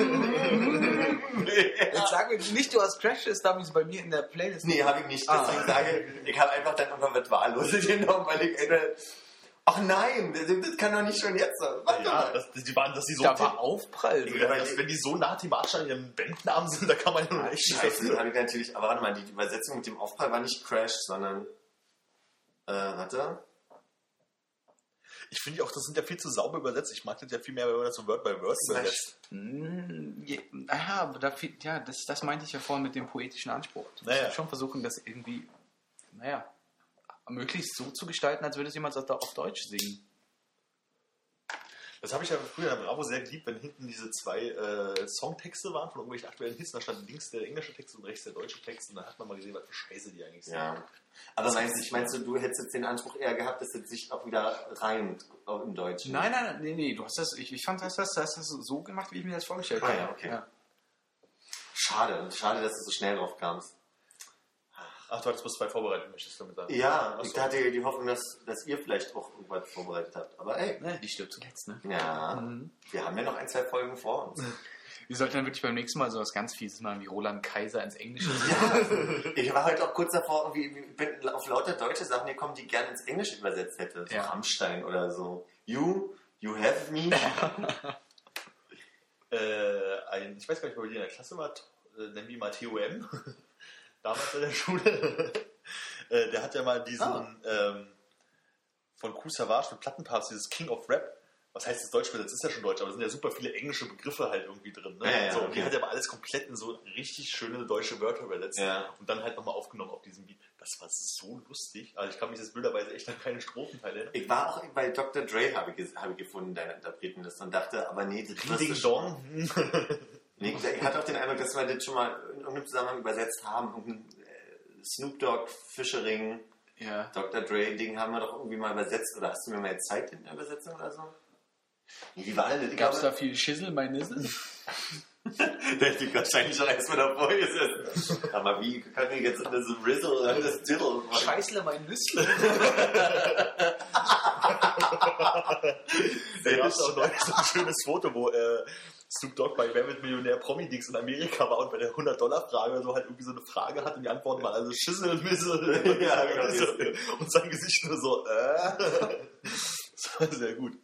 sag mir nicht, du hast Crash-Test-Dummies bei mir in der Playlist. Nee, habe ich nicht. Deswegen sage ich habe einfach dann irgendwann was Wahlloses genommen, weil ich ach nein, das kann doch nicht schon jetzt sein. Warte Ja, mal. dass die so Da war Aufprall. wenn die so nah thematisch an ihrem Bandnamen sind, da kann man ja nur echt nicht Scheiße, das dafür. habe ich natürlich, aber warte mal, die Übersetzung mit dem Aufprall war nicht Crash, sondern warte. Ich finde auch, das sind ja viel zu sauber übersetzt. Ich mag das ja viel mehr, wenn man das so Word by Word übersetzt. Aha, aber das meinte ich ja vorhin mit dem poetischen Anspruch. Du musst schon versuchen, das irgendwie, möglichst so zu gestalten, als würde es jemand auf Deutsch singen. Das habe ich ja früher in der Bravo sehr geliebt, wenn hinten diese zwei Songtexte waren von irgendwelchen aktuellen Hits. Da stand links der englische Text und rechts der deutsche Text. Und dann hat man mal gesehen, was für Scheiße die eigentlich sind. Ja. Aber meinst du hättest jetzt den Anspruch eher gehabt, dass es sich auch wieder reimt im Deutschen? Nein, nee, du hast das, ich fand, das so gemacht, wie ich mir das vorgestellt habe. Ja, okay. Ja. Schade, dass du so schnell drauf kamst. Ach, du hattest bloß zwei vorbereitet, möchtest du damit sagen? Ja, ich hatte die Hoffnung, dass ihr vielleicht auch irgendwas vorbereitet habt. Aber ey. Ne, die stirbt zuletzt, ne? Ja, wir haben ja noch 1, 2 Folgen vor uns. Wir sollten dann wirklich beim nächsten Mal sowas ganz Fieses machen, wie Roland Kaiser ins Englische. Ja, ich war heute auch kurz davor, ich bin auf lauter deutsche Sachen gekommen, die gerne ins Englische übersetzt hätte. So Rammstein oder so. You have me. Ich weiß gar nicht, ob ihr in der Klasse wart, nennen wir ihn mal TOM. Damals in der Schule. Der hat ja mal diesen von Kool Savas mit Plattenpapst, dieses King of Rap. Was heißt das Deutsch übersetzt? Ist ja schon Deutsch, aber es sind ja super viele englische Begriffe halt irgendwie drin. Ne? Ja, so, okay. und die hat ja aber alles komplett in so richtig schöne deutsche Wörter übersetzt. Ja. Und dann halt nochmal aufgenommen auf diesem Beat. Das war so lustig. Also ich kann mich jetzt bilderweise echt an keine Strophenteile erinnern. Ich war auch bei Dr. Dre, habe ich gefunden, deine Interpretenliste, und dachte, aber nee, das wirst du schon. Nee, ich hatte auch den Eindruck, dass wir das schon mal in irgendeinem Zusammenhang übersetzt haben. Irgendein Snoop Dogg, Fischering, Dr. Dre-Ding haben wir doch irgendwie mal übersetzt. Oder hast du mir mal jetzt Zeit in der Übersetzung oder so? Nee, wie war denn das? Gab es da viel Schissel, mein Nissel? Der hätte ich wahrscheinlich schon erstmal davor gesessen. Aber wie kann ich jetzt das Rizzle oder das Diddle? Scheißle, mein Nüssel. Da gab es auch neulich so ein schönes Foto, wo Snoop Dogg bei Wer wird Millionär Promi-Dings in Amerika war und bei der $100-Frage oder so halt irgendwie so eine Frage hat und die Antworten waren also Schüssel, Missel Ja, genau. und sein Gesicht nur so Das war sehr gut.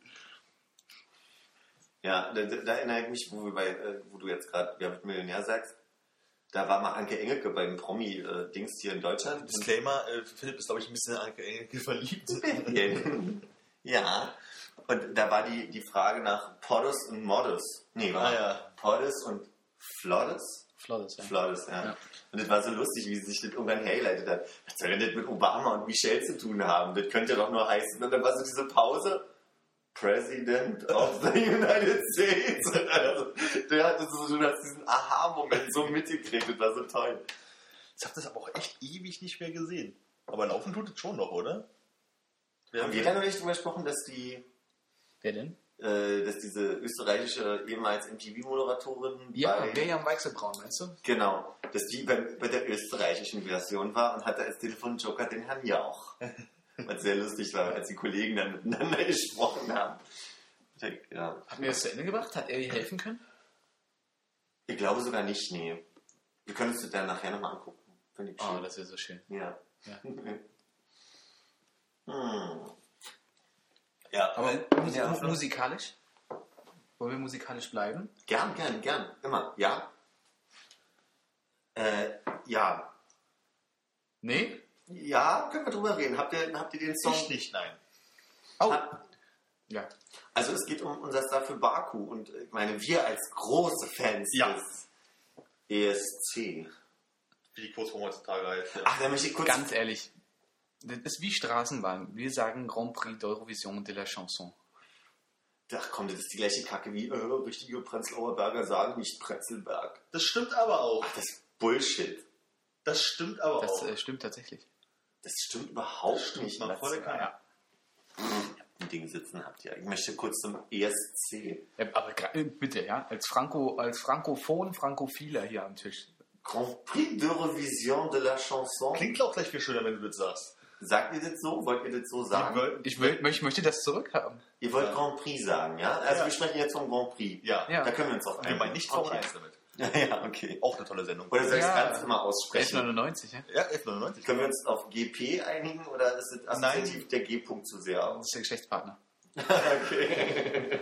Ja, da erinnere ich mich, wo du jetzt gerade Wer wird Millionär sagst, da war mal Anke Engelke beim Promi-Dings hier in Deutschland. Disclaimer, Philipp ist, glaube ich, ein bisschen in Anke Engelke verliebt. Ja, und da war die Frage nach Poddes und Moddes. Nee, Poddes und Floddes? Floddes, ja. Floddes, ja. Und das war so lustig, wie sich das irgendwann hergeleitet hat. Was soll denn das mit Obama und Michelle zu tun haben? Das könnte doch nur heißen. Und dann war so diese Pause. President of the United States. Also, du hast diesen Aha-Moment so mitgekriegt. Das war so toll. Ich habe das aber auch echt ewig nicht mehr gesehen. Aber laufen tut es schon noch, oder? Haben wir da noch nicht drüber gesprochen, dass Wer denn? Dass diese österreichische ehemals MTV-Moderatorin Miriam Weichselbraun, meinst du? Genau, dass die bei der österreichischen Version war und hatte als Telefonjoker den Herrn Jauch. Was sehr lustig war, als die Kollegen dann miteinander gesprochen haben. Ja. Hat mir das zu Ende gebracht? Hat er dir helfen können? Ich glaube sogar nicht, nee. Wir können uns das dann nachher nochmal angucken. Finde ich Oh, schön. das wäre so schön. Ja. Ja. Ja, Aber ja, musikalisch? Wollen wir musikalisch bleiben? Gern. Immer. Ja. Ja. Nee? Ja, können wir drüber reden. Habt ihr den Song? Ich nicht, nein. Oh. Hab- Ja. Also es geht um unser Star für Baku und ich meine, wir als große Fans Ja. des ESC. Wie die Kurzform heutzutage heißt. Ja. Ach, da möchte ich kurz... Ganz ehrlich. Das ist wie Straßenbahn. Wir sagen Grand Prix d'Eurovision de la Chanson. Ach komm, das ist die gleiche Kacke wie richtige Prenzlauer Berger sagen, nicht Prenzlberg. Das stimmt aber auch. Ach, das ist Bullshit. Das stimmt aber Das auch. stimmt tatsächlich. Das stimmt überhaupt nicht. mal volle Kanne. Ja. Ein Ding sitzen habt ihr. Ich möchte kurz zum ESC. Ja, aber bitte, ja, als Frankophiler hier am Tisch. Grand Prix d'Eurovision de la Chanson. Klingt auch gleich viel schöner, wenn du das sagst. Sagt ihr das so? Wollt ihr das so sagen? Ich möchte das zurückhaben. Ihr wollt Ja. Grand Prix sagen, ja? Also Ja. wir sprechen jetzt vom Grand Prix. Ja. Ja. Da können wir uns auch Wir meinen nicht Formel okay. 1 damit. Ja, okay. Auch eine tolle Sendung. Oder soll ich es Ja. ganz immer aussprechen? 11,99, ja? Ja, 11,99. Können wir uns auf GP einigen oder ist es assoziativ der G-Punkt zu sehr Das aus? ist der Geschlechtspartner. Okay.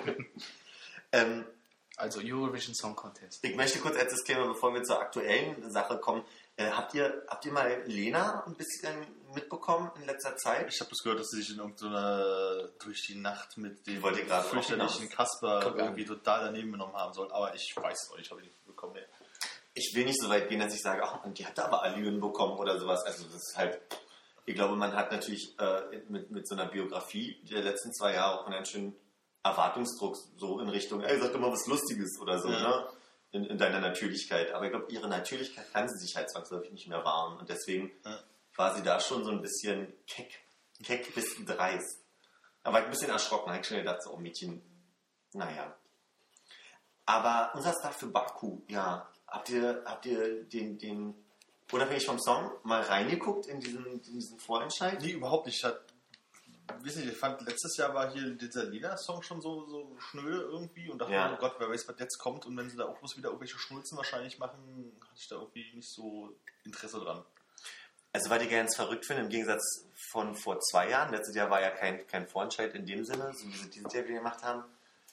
Also Eurovision Song Contest. Ich möchte kurz als Disclaimer, bevor wir zur aktuellen Sache kommen, habt ihr mal Lena ein bisschen mitbekommen in letzter Zeit? Ich habe das gehört, dass sie sich in irgendeiner durch die Nacht mit dem Wollte gerade fürchterlichen auch Kasper Kommt irgendwie total daneben genommen haben sollen. Aber ich weiß es auch nicht, habe ich nicht bekommen. Nee. Ich will nicht so weit gehen, dass ich sage, ach, die hat aber Allüren bekommen oder sowas. Also das ist halt, ich glaube, man hat natürlich mit so einer Biografie der letzten 2 Jahre auch einen ganz schönen Erwartungsdruck so in Richtung, ey, sag doch mal was Lustiges oder so, Ja. ne? In deiner Natürlichkeit. Aber ich glaube, ihre Natürlichkeit kann sie sich halt zwangsläufig nicht mehr wahren. Und deswegen Ja. war sie da schon so ein bisschen keck bis dreist. Aber ein bisschen erschrocken, habe ich schon gedacht, so, oh Mädchen, naja. Aber unser Star für Baku, ja, habt ihr den unabhängig vom Song mal reingeguckt in diesen Vorentscheid? Nee, überhaupt nicht. Ich fand, letztes Jahr war hier dieser Lena-Song schon so schnöde irgendwie und dachte, Ja. oh Gott, wer weiß, was jetzt kommt. Und wenn sie da auch bloß wieder irgendwelche Schnulzen wahrscheinlich machen, hatte ich da irgendwie nicht so Interesse dran. Also, weil ich ganz verrückt finde, im Gegensatz von vor 2 Jahren, letztes Jahr war ja kein Vorentscheid in dem Sinne, so wie sie dieses Jahr wieder gemacht haben,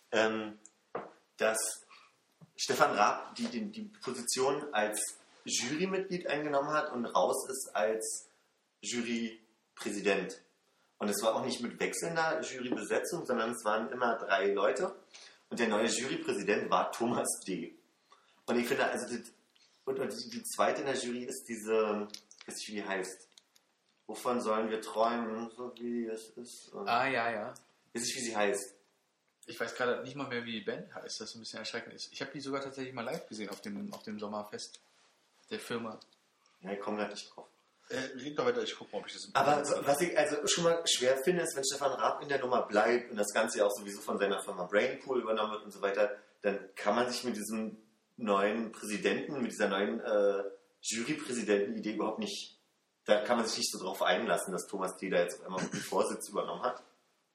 dass Stefan Raab die Position als Jurymitglied eingenommen hat und raus ist als Jurypräsident. Und es war auch nicht mit wechselnder Jurybesetzung, sondern es waren immer 3 Leute. Und der neue Jurypräsident war Thomas D. Und ich finde, also die zweite in der Jury ist diese, ich weiß nicht, wie die heißt. Wovon sollen wir träumen, so wie es ist? Und Ja. ich weiß nicht, wie sie heißt. Ich weiß gerade nicht mal mehr, wie die Band heißt, das ein bisschen erschreckend ist. Ich habe die sogar tatsächlich mal live gesehen auf dem Sommerfest der Firma. Ja, ich komme gerade nicht drauf. Red doch weiter, ich gucke mal, ob ich das... Aber was ich also schon mal schwer finde, ist, wenn Stefan Raab in der Nummer bleibt und das Ganze ja auch sowieso von seiner Firma Brainpool übernommen wird und so weiter, dann kann man sich mit diesem neuen Präsidenten, mit dieser neuen Jurypräsidenten-Idee überhaupt nicht, da kann man sich nicht so drauf einlassen, dass Thomas D. da jetzt auf einmal den Vorsitz übernommen hat.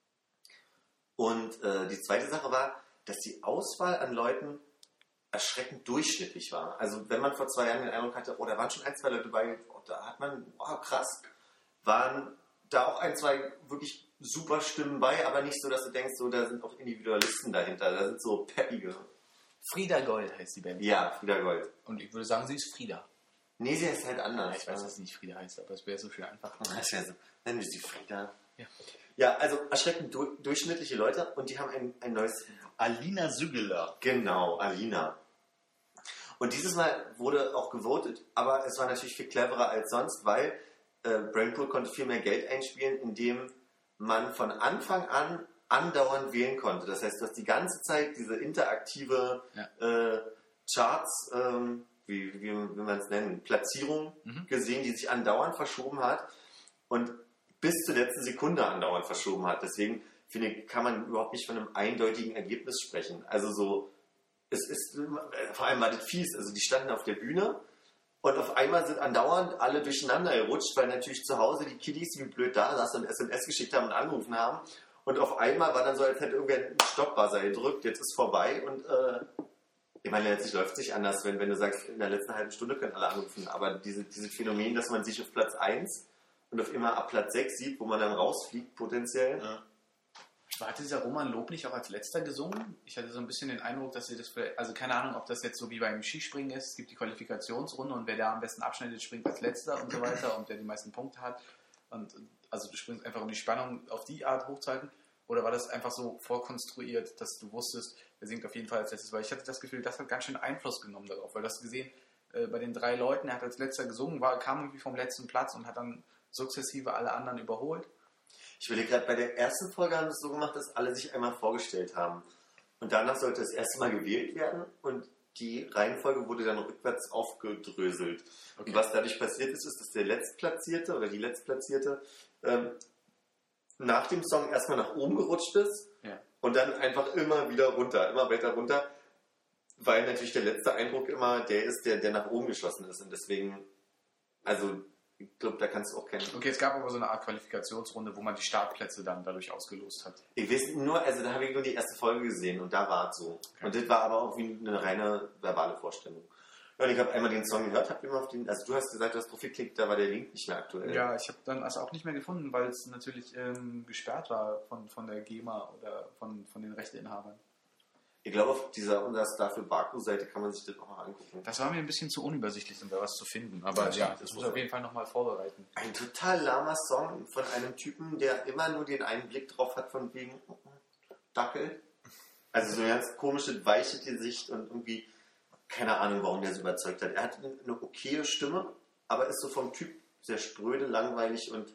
Und die zweite Sache war, dass die Auswahl an Leuten erschreckend durchschnittlich war. Also wenn man vor 2 Jahren den Eindruck hatte, oh, da waren schon 1, 2 Leute bei, oh, da hat man, oh, krass, waren da auch 1, 2 wirklich super Stimmen bei, aber nicht so, dass du denkst, so, da sind auch Individualisten dahinter, da sind so peppige. Frieda Gold heißt die Band. Ja, Frieda Gold. Und ich würde sagen, sie ist Frieda. Nee, sie ist halt anders. Ich weiß, dass sie nicht Frieda heißt, aber es wäre so schön einfach. Das ist ja so. Nennen wir sie Frieda. Ja. Ja, also erschreckend durchschnittliche Leute und die haben ein neues... Alina Süggeler. Genau, Alina. Und dieses Mal wurde auch gewotet, aber es war natürlich viel cleverer als sonst, weil Brainpool konnte viel mehr Geld einspielen, indem man von Anfang an andauernd wählen konnte. Das heißt, du hast die ganze Zeit diese interaktive Charts, wie man es nennt, Platzierung gesehen, die sich andauernd verschoben hat und bis zur letzten Sekunde andauernd verschoben hat. Deswegen finde ich, kann man überhaupt nicht von einem eindeutigen Ergebnis sprechen. Also so, es ist, vor allem war das fies, also die standen auf der Bühne und auf einmal sind andauernd alle durcheinander gerutscht, weil natürlich zu Hause die Kiddies wie blöd da saßen und SMS geschickt haben und angerufen haben Und auf einmal war dann so, als hätte irgendwer einen Stoppbuzzer gedrückt, jetzt ist vorbei und ich meine, letztlich läuft es nicht anders, wenn du sagst, in der letzten halben Stunde können alle anrufen, aber dieses Phänomen, dass man sich auf Platz 1 und auf immer ab Platz 6 sieht, wo man dann rausfliegt potenziell. Ja. Hatte dieser Roman Lob nicht auch als letzter gesungen? Ich hatte so ein bisschen den Eindruck, dass sie das vielleicht, also keine Ahnung, ob das jetzt so wie beim Skispringen ist, es gibt die Qualifikationsrunde und wer da am besten abschneidet, springt als letzter und so weiter und der die meisten Punkte hat. Und also du springst einfach, um die Spannung auf die Art hochzuhalten. Oder war das einfach so vorkonstruiert, dass du wusstest, er singt auf jeden Fall als letztes? Weil ich hatte das Gefühl, das hat ganz schön Einfluss genommen darauf. Weil du hast gesehen, bei den 3 Leuten, er hat als letzter gesungen, kam irgendwie vom letzten Platz und hat dann sukzessive alle anderen überholt. Ich will gerade bei der ersten Folge haben wir es so gemacht, dass alle sich einmal vorgestellt haben. Und danach sollte das erste Mal gewählt werden und die Reihenfolge wurde dann rückwärts aufgedröselt. Okay. Und was dadurch passiert ist, dass der Letztplatzierte oder die Letztplatzierte nach dem Song erstmal nach oben gerutscht ist und dann einfach immer wieder runter, immer weiter runter, weil natürlich der letzte Eindruck immer der ist, der nach oben geschossen ist. Und deswegen, also ich glaube, da kannst du auch keinen... Okay, es gab aber so eine Art Qualifikationsrunde, wo man die Startplätze dann dadurch ausgelost hat. Ich weiß nur, also da habe ich nur die erste Folge gesehen und da war es so. Okay. Und das war aber auch wie eine reine verbale Vorstellung. Ja, und ich habe einmal den Song gehört, habe immer auf den, also du hast gesagt, du hast drauf geklickt, da war der Link nicht mehr aktuell. Ja, ich habe dann also auch nicht mehr gefunden, weil es natürlich gesperrt war von der GEMA oder von den Rechteinhabern. Ich glaube, auf dieser unserer Star für Baku-Seite kann man sich das auch mal angucken. Das war mir ein bisschen zu unübersichtlich, um da was zu finden. Aber ja, das muss ich auf jeden Fall nochmal vorbereiten. Ein total lahmer Song von einem Typen, der immer nur den einen Blick drauf hat, von wegen Dackel. Also so ein ganz komisches, weiches Gesicht und irgendwie, keine Ahnung, warum der so überzeugt hat. Er hat eine okaye Stimme, aber ist so vom Typ sehr spröde, langweilig und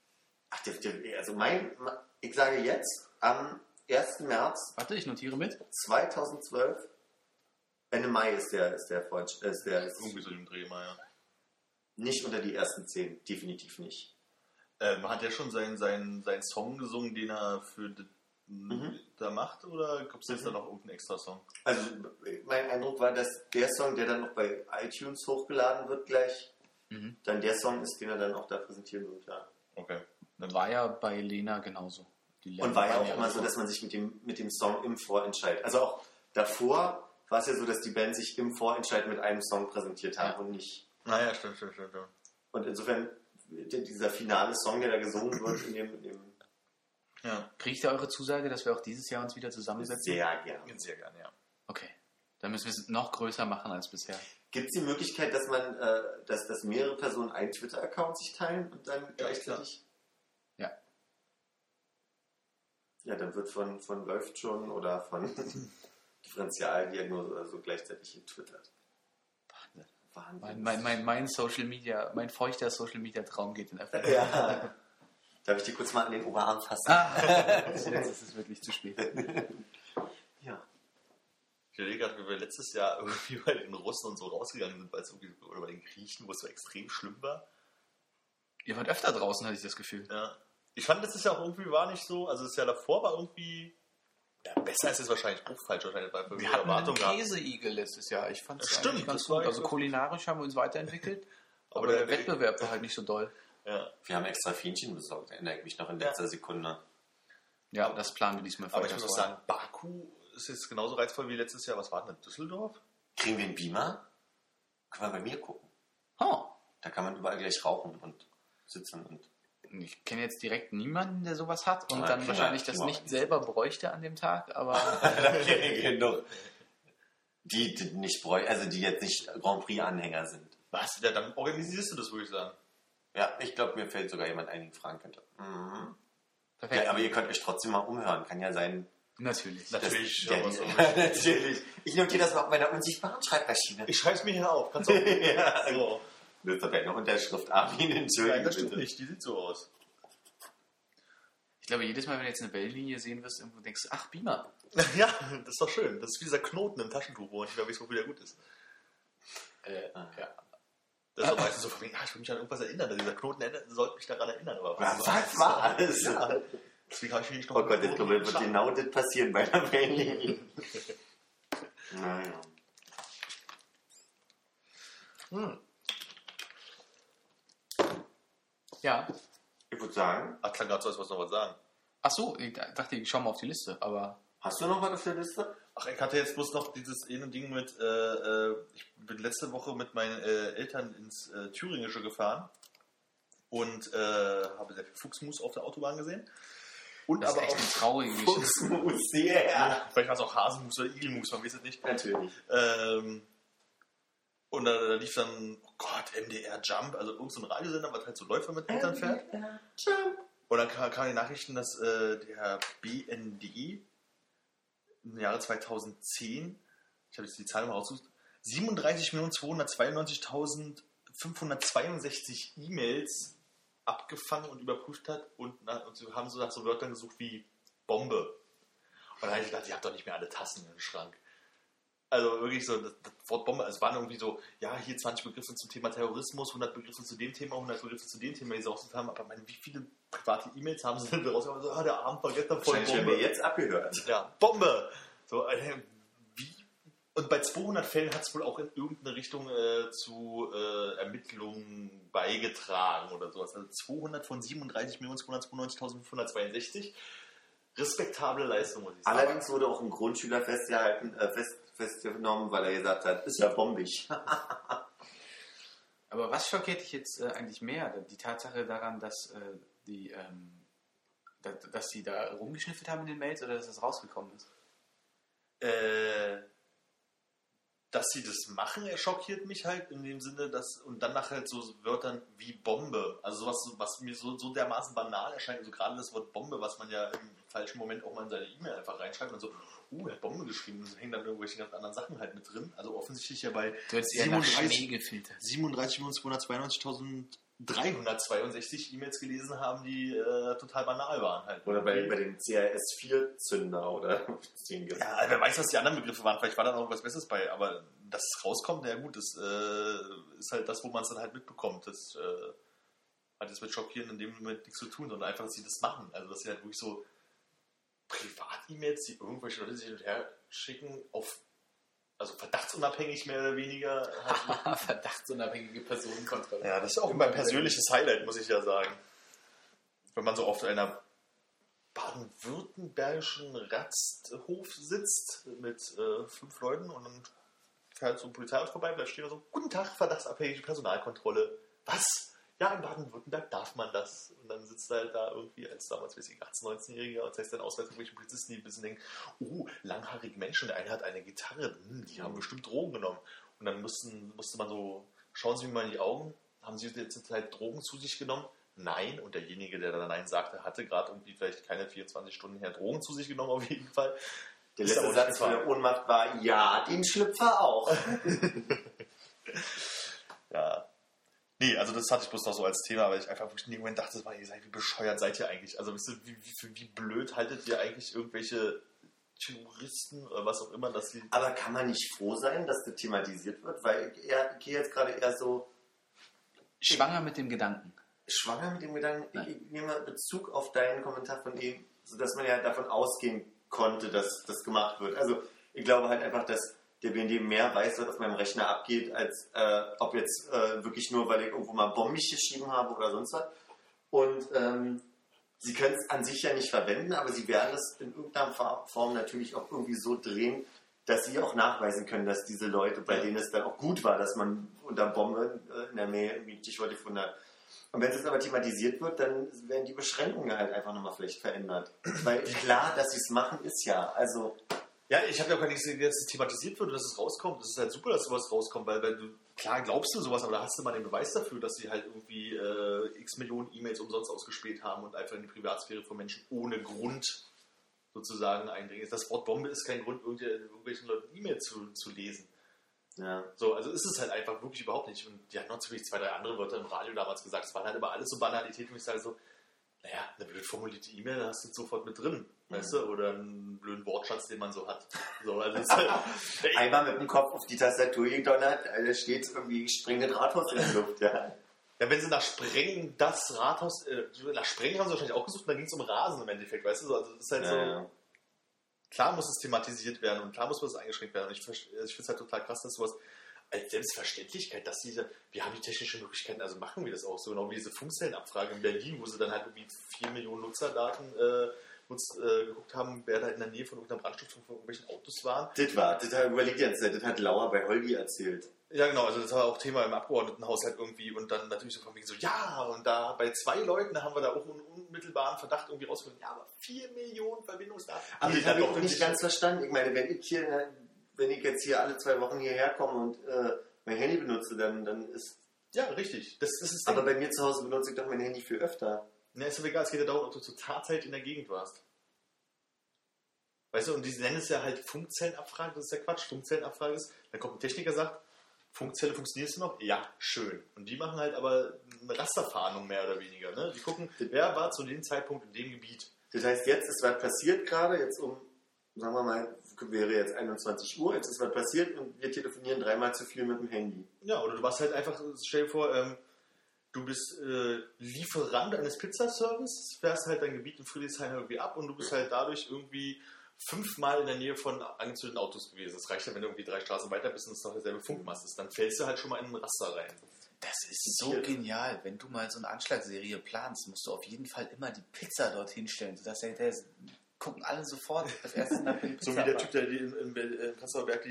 ich sage jetzt, am 1. März. Warte, ich notiere mit. 2012. Ende Mai ist der irgendwie so im Dreh mal, ja. Nicht unter die ersten 10, definitiv nicht. Hat er schon seinen Song gesungen, den er für da macht, oder gibt es jetzt da noch irgendeinen extra Song? Also mein Eindruck war, dass der Song, der dann noch bei iTunes hochgeladen wird gleich, dann der Song ist, den er dann auch da präsentieren wird, ja. Okay. Dann war ja bei Lena genauso. Und war ja auch immer so, dass man sich mit dem Song im Vorentscheid, also auch davor war es ja so, dass die Band sich im Vorentscheid mit einem Song präsentiert haben und nicht. Naja, stimmt. Und insofern, dieser finale Song, der da gesungen wird, in dem ja. Kriegt ihr eure Zusage, dass wir auch dieses Jahr uns wieder zusammensetzen? Sehr gerne. Sehr gerne, ja. Okay. Dann müssen wir es noch größer machen als bisher. Gibt es die Möglichkeit, dass man, dass mehrere Personen einen Twitter-Account sich teilen und dann gleichzeitig? Ja. Ja, dann wird von läuft schon oder von Differentialdiagnose oder so gleichzeitig getwittert. Wahnsinn. Mein Social Media, mein feuchter Social Media Traum geht in Erfüllung. Ja. Darf ich dir kurz mal an den Oberarm fassen? Jetzt ist es wirklich zu spät. Ja. Ich überlege gerade, wie wir letztes Jahr irgendwie bei den Russen und so rausgegangen sind, weil es irgendwie, oder bei den Griechen, wo es so extrem schlimm war. Ihr wart öfter draußen, hatte ich das Gefühl. Ja. Ich fand, letztes Jahr auch irgendwie war nicht so, also das Jahr davor war irgendwie, ja, besser ist es wahrscheinlich auch falsch, wahrscheinlich, weil wir hatten einen Käseigel letztes Jahr. Ich fand es ganz gut. Also kulinarisch haben wir uns weiterentwickelt, aber der Wettbewerb war halt nicht so doll. Ja. Wir haben extra Fähnchen besorgt, erinnere ich mich noch in letzter Sekunde. Ja, das planen wir diesmal. Aber ich muss auch sagen, Baku ist jetzt genauso reizvoll wie letztes Jahr. Was war denn in Düsseldorf? Kriegen wir einen Beamer? Können wir bei mir gucken. Oh. Da kann man überall gleich rauchen und sitzen. Und ich kenne jetzt direkt niemanden, der sowas hat und dann wahrscheinlich das nicht selber bräuchte an dem Tag, aber... die nicht bräuchten, also die jetzt nicht Grand Prix-Anhänger sind. Was? Ja, dann organisierst du das, würde ich sagen. Ja, ich glaube, mir fällt sogar jemand ein, den ich fragen könnte. Perfekt. Ja, aber ihr könnt euch trotzdem mal umhören. Kann ja sein... Natürlich. Natürlich. Natürlich. Ich notiere das mal auf meiner unsichtbaren Schreibmaschine. Ich schreibe es mir hier auf. Kannst du auch. Ja, so. Das ist doch eine Unterschrift. Armin, entschuldigung. Nein, das stimmt nicht. Die sieht so aus. Ich glaube, jedes Mal, wenn du jetzt eine Wellenlinie sehen wirst, irgendwo denkst du, ach, Beamer. Ja, das ist doch schön. Das ist wie dieser Knoten im Taschentuch, wo ich nicht mehr weiß, wofür der gut ist. Ja. Das ist doch meistens so von wegen, ich will mich an irgendwas erinnern. Dieser Knoten sollte mich daran erinnern. Aber was war alles? Ja. Deswegen habe ich mich noch... Oh Gott, jetzt wird genau das passieren bei einer Wellenlinie. Naja. Ja. Ich würde sagen... Ach, klang gerade so, als wolltest du noch was sagen. Ach so, ich dachte, ich schau mal auf die Liste, aber... Hast du noch was auf der Liste? Ach, ich hatte jetzt bloß noch dieses eine Ding mit, ich bin letzte Woche mit meinen Eltern ins Thüringische gefahren und habe sehr viel Fuchsmus auf der Autobahn gesehen. Und Das ist aber echt eine traurige Geschichte. Fuchsmus, yeah. vielleicht war es auch Hasenmus oder Igelmus, man weiß es nicht. Natürlich. Und da lief dann, oh Gott, MDR Jump, also irgend so ein Radiosender, was halt so läuft, wenn man mit Eltern fährt. Jump. Und dann kamen die Nachrichten, dass der BND im Jahre 2010, ich habe jetzt die Zahl mal rausgesucht, 37.292.562 E-Mails abgefangen und überprüft hat und sie haben so nach so Wörtern gesucht wie Bombe. Und dann habe ich gedacht, ihr habt doch nicht mehr alle Tassen im Schrank. Also wirklich so, das Wort Bombe, es waren irgendwie so, ja, hier 20 Begriffe zum Thema Terrorismus, 100 Begriffe zu dem Thema, 100 Begriffe zu dem Thema, die sie ausgesucht haben, aber wie viele private E-Mails haben sie denn rausgekommen? So, der Abend war gestern voll Wahrscheinlich werden Bombe. wir jetzt abgehört. Ja, Bombe! So, wie? Und bei 200 Fällen hat es wohl auch in irgendeine Richtung zu Ermittlungen beigetragen oder sowas. Also 200 von 37.292.562. Respektable Leistung, muss ich sagen. Allerdings wurde auch ein Grundschüler festgenommen, weil er gesagt hat, ist ja bombig. Aber was schockiert dich jetzt eigentlich mehr? Die Tatsache daran, dass sie da rumgeschnüffelt haben in den Mails oder dass das rausgekommen ist? Dass sie das machen, schockiert mich halt in dem Sinne, dass und dann nach halt so Wörtern wie Bombe, also sowas, was mir so dermaßen banal erscheint, also gerade das Wort Bombe, was man ja im falschen Moment auch mal in seine E-Mail einfach reinschreibt und so, er hat Bombe geschrieben, und hängen dann irgendwelche ganz anderen Sachen halt mit drin, also offensichtlich ja bei Du hättest eher nach Schnee gefiltert. 37.292.362 E-Mails gelesen haben, die total banal waren halt. Oder bei dem CRS-4-Zünder oder ja, wer weiß, was die anderen Begriffe waren. Vielleicht war da noch was Besseres bei, aber dass es rauskommt, ja gut, das ist halt das, wo man es dann halt mitbekommt. Das hat jetzt mit Schockieren in dem Moment nichts zu tun, sondern einfach, dass sie das machen. Also, dass sie halt wirklich so Privat-E-Mails, die irgendwelche Leute sich hin und her schicken, also verdachtsunabhängig mehr oder weniger. Halt Verdachtsunabhängige Personenkontrolle. ja, das ist auch mein persönliches Highlight, muss ich ja sagen. Wenn man so auf einer baden-württembergischen Rasthof sitzt mit 5 Leuten und dann fährt so ein Polizeiauto vorbei, bleibt stehen und so, guten Tag, verdachtsabhängige Personalkontrolle. Was? Ja, in Baden-Württemberg darf man das. Und dann sitzt er halt da irgendwie als damals, weiß ich, 18-, 19-Jähriger und zeigt dann Ausweis von welchen Polizisten, die ein bisschen denken, langhaarige Menschen, der eine hat eine Gitarre, die haben bestimmt Drogen genommen. Und dann musste man so, schauen Sie mir mal in die Augen, haben Sie jetzt Zeit Drogen zu sich genommen? Nein. Und derjenige, der da Nein sagte, hatte gerade irgendwie vielleicht keine 24 Stunden her Drogen zu sich genommen, auf jeden Fall. Der letzte Satz von der Ohnmacht war, ja, den Schlüpfer auch. Ja. Nee, also das hatte ich bloß noch so als Thema, weil ich einfach in dem Moment dachte, wie bescheuert seid ihr eigentlich? Also wisst ihr, wie blöd haltet ihr eigentlich irgendwelche Terroristen oder was auch immer, dass sie... Aber kann man nicht froh sein, dass das thematisiert wird? Weil ich gehe jetzt gerade eher so... Schwanger mit dem Gedanken. Schwanger mit dem Gedanken, ich nehme Bezug auf deinen Kommentar von eben, sodass man ja davon ausgehen konnte, dass das gemacht wird. Also ich glaube halt einfach, dass der BND mehr weiß, was auf meinem Rechner abgeht, als ob jetzt wirklich nur, weil ich irgendwo mal bombig geschrieben habe oder sonst was. Und sie können es an sich ja nicht verwenden, aber sie werden es in irgendeiner Form natürlich auch irgendwie so drehen, dass sie auch nachweisen können, dass diese Leute, bei denen es dann auch gut war, dass man unter Bombe in der Mail irgendwie Stichworte gefunden hat. Und wenn es aber thematisiert wird, dann werden die Beschränkungen halt einfach nochmal vielleicht verändert. Weil klar, dass sie es machen, ist ja, also... Ja, ich habe ja auch gar nicht gesehen, dass es thematisiert wird und dass es rauskommt. Das ist halt super, dass sowas rauskommt, weil du, klar glaubst du sowas, aber da hast du mal den Beweis dafür, dass sie halt irgendwie x Millionen E-Mails umsonst ausgespäht haben und einfach in die Privatsphäre von Menschen ohne Grund sozusagen eindringen. Das Wort Bombe ist kein Grund, irgendwelchen Leuten E-Mails zu lesen. Ja. So, also ist es halt einfach wirklich überhaupt nicht. Und die hatten natürlich 2, 3 andere Wörter im Radio damals gesagt. Es waren halt aber alles so Banalitäten, wo ich sage so, naja, eine blöd formulierte E-Mail, da hast du sofort mit drin, weißt du? Oder einen blöden Wortschatz, den man so hat. So, also ist halt, einmal mit dem Kopf auf die Tastatur gedonnert, da steht irgendwie sprengendes Rathaus in der Luft, ja. Ja, wenn sie nach Sprengen das Rathaus, nach Sprengen haben sie wahrscheinlich auch gesucht, und da ging es um Rasen im Endeffekt, weißt du? So, also das ist halt so, Ja. klar muss es thematisiert werden und klar muss es eingeschränkt werden. Und ich finde es halt total krass, dass sowas als Selbstverständlichkeit, dass wir haben die technischen Möglichkeiten, also machen wir das auch so, genau wie diese Funkzellenabfrage in Berlin, wo sie dann halt irgendwie 4 Millionen Nutzerdaten kurz geguckt haben, wer da in der Nähe von irgendeiner Brandstiftung von irgendwelchen Autos war. Das hat überlegt jetzt, das hat Lauer bei Holgi erzählt. Ja, genau, also das war auch Thema im Abgeordnetenhaushalt irgendwie und dann natürlich so von wegen so, ja, und da bei 2 Leuten, da haben wir da auch einen unmittelbaren Verdacht irgendwie rausgefunden, ja, aber 4 Millionen Verbindungsdaten. Aber das habe ich auch nicht ganz verstanden. Ich meine, wenn ich jetzt hier alle 2 Wochen hierher komme und mein Handy benutze, dann ist... Ja, richtig. Das ist aber bei mir zu Hause benutze ich doch mein Handy viel öfter. Na, ist aber egal, es geht ja darum, ob du zur Tatzeit in der Gegend warst. Weißt du, und die nennen es ja halt Funkzellenabfrage, das ist ja Quatsch. Funkzellenabfrage ist, dann kommt ein Techniker, sagt, Funkzelle funktionierst du noch? Ja, schön. Und die machen halt aber eine Rasterfahndung mehr oder weniger. Ne? Die gucken, wer war zu dem Zeitpunkt in dem Gebiet. Das heißt, jetzt ist was passiert gerade, jetzt sagen wir mal, wäre jetzt 21 Uhr, jetzt ist was passiert und wir telefonieren 3-mal zu viel mit dem Handy. Ja, oder du warst halt einfach, stell dir vor, du bist Lieferant eines Pizzaservices, fährst halt dein Gebiet in Friedrichshain irgendwie ab und du bist halt dadurch irgendwie 5-mal in der Nähe von angezündeten Autos gewesen. Das reicht ja, wenn du irgendwie 3 Straßen weiter bist und es noch derselbe Funkmast ist. Dann fällst du halt schon mal in einen Raster rein. Das ist so genial. Wenn du mal so eine Anschlagsserie planst, musst du auf jeden Fall immer die Pizza dorthin stellen, sodass gucken alle sofort das erste nach der Pizza. So wie der Typ, der in Prenzlauer Berg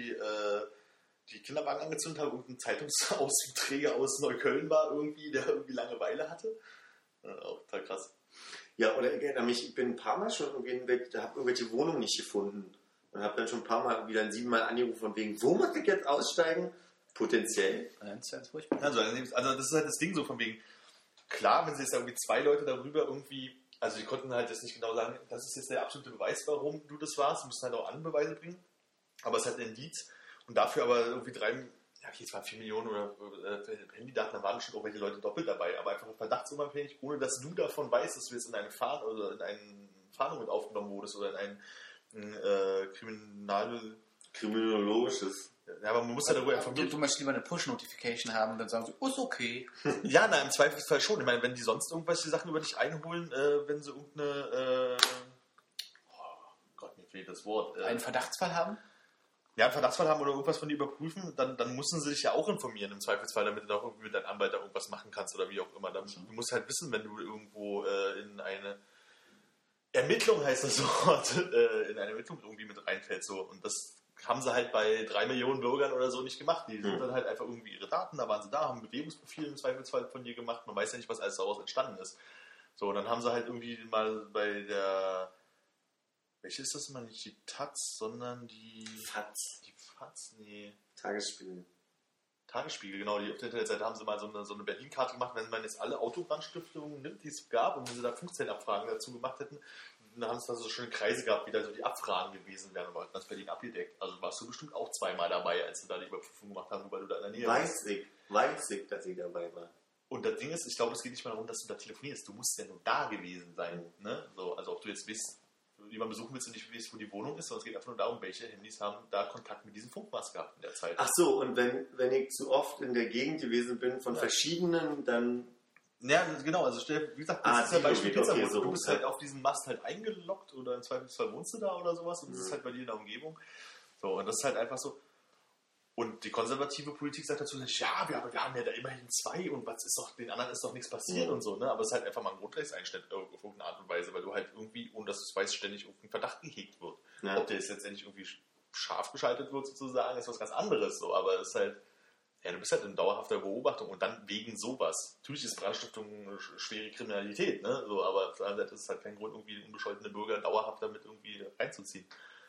die Kinderwagen angezündet hat und ein Zeitungsausenträger aus Neukölln war irgendwie, der irgendwie Langeweile hatte. Auch total krass. Ja, oder ich erinnere mich, ich bin ein paar Mal schon irgendwie da habe irgendwelche Wohnungen nicht gefunden und habe dann schon ein paar Mal wieder 7-mal angerufen von wegen, wo muss ich jetzt aussteigen? Potenziell. Also das ist halt das Ding so von wegen, klar, wenn sie jetzt irgendwie 2 Leute darüber irgendwie, also die konnten halt jetzt nicht genau sagen, das ist jetzt der absolute Beweis, warum du das warst, sie müssen halt auch andere Beweise bringen, aber es ist halt ein Indiz und dafür aber irgendwie 4 Millionen oder Handydaten, da waren schon irgendwelche Leute doppelt dabei, aber einfach verdachtsunabhängig, ohne dass du davon weißt, dass du jetzt in eine Fahndung mit aufgenommen wurdest oder in ein kriminologisches. Ja, aber man muss ja darüber informieren. Du möchtest lieber eine Push-Notification haben und dann sagen sie, ist okay. Ja, im Zweifelsfall schon. Ich meine, wenn die sonst irgendwelche Sachen über dich einholen, wenn sie irgendeine mir fehlt das Wort. Einen Verdachtsfall haben? Ja, einen Verdachtsfall haben oder irgendwas von dir überprüfen, dann müssen sie dich ja auch informieren im Zweifelsfall, damit du da irgendwie mit deinem Anwalt da irgendwas machen kannst oder wie auch immer. Du musst halt wissen, wenn du irgendwo in eine Ermittlung, heißt das Wort, in eine Ermittlung irgendwie mit reinfällst. So. Und das haben sie halt bei 3 Millionen Bürgern oder so nicht gemacht. Die sind dann halt einfach irgendwie ihre Daten, da waren sie da, haben ein Bewegungsprofil im Zweifelsfall von dir gemacht. Man weiß ja nicht, was alles daraus entstanden ist. So, und dann haben sie halt irgendwie mal bei der... Welche ist das mal? Nicht die Taz, sondern die... Faz. Die Faz? Nee. Tagesspiegel, genau. Auf der Internetseite haben sie mal so eine Berlin-Karte gemacht. Wenn man jetzt alle Autobrandstiftungen nimmt, die es gab, und wenn sie da Funkzellenabfragen dazu gemacht hätten, dann haben sie da so schöne Kreise gehabt, wie da so die Abfragen gewesen wären, aber das Berlin abgedeckt. Also warst du bestimmt auch 2-mal dabei, als sie da die Überprüfung gemacht haben, weil du da in der Nähe warst. Weiß ich, dass ich dabei war. Und das Ding ist, ich glaube, es geht nicht mal darum, dass du da telefonierst. Du musst ja nur da gewesen sein. Ne? So, also ob du jetzt weißt, jemanden besuchen willst und nicht weißt, wo die Wohnung ist, sondern es geht einfach nur darum, welche Handys haben da Kontakt mit diesem Funkmast gehabt in der Zeit. Ach so, und wenn ich zu oft in der Gegend gewesen bin von verschiedenen, dann... Ja, genau, also wie gesagt, das ist ja Beispiel Pizza, okay, so du bist halt auf diesen Mast halt eingeloggt oder im Zweifelsfall wohnst du da oder sowas und das ist halt bei dir in der Umgebung. So, und das ist halt einfach so. Und die konservative Politik sagt dazu, ja, aber wir haben ja da immerhin 2 und den anderen ist doch nichts passiert und so, ne? Aber es ist halt einfach mal ein Grundrechtseinschnitt auf irgendeine Art und Weise, weil du halt irgendwie, ohne dass du es weißt, ständig irgendein Verdacht gehegt wird. Ja. Ob der jetzt letztendlich irgendwie scharf geschaltet wird sozusagen, ist was ganz anderes so, aber es ist halt, ja, du bist halt in dauerhafter Beobachtung und dann wegen sowas. Natürlich ist Brandstiftung eine schwere Kriminalität, ne? So, aber auf der anderen Seite ist es halt kein Grund, irgendwie unbescholtene Bürger dauerhaft damit irgendwie reinzuziehen.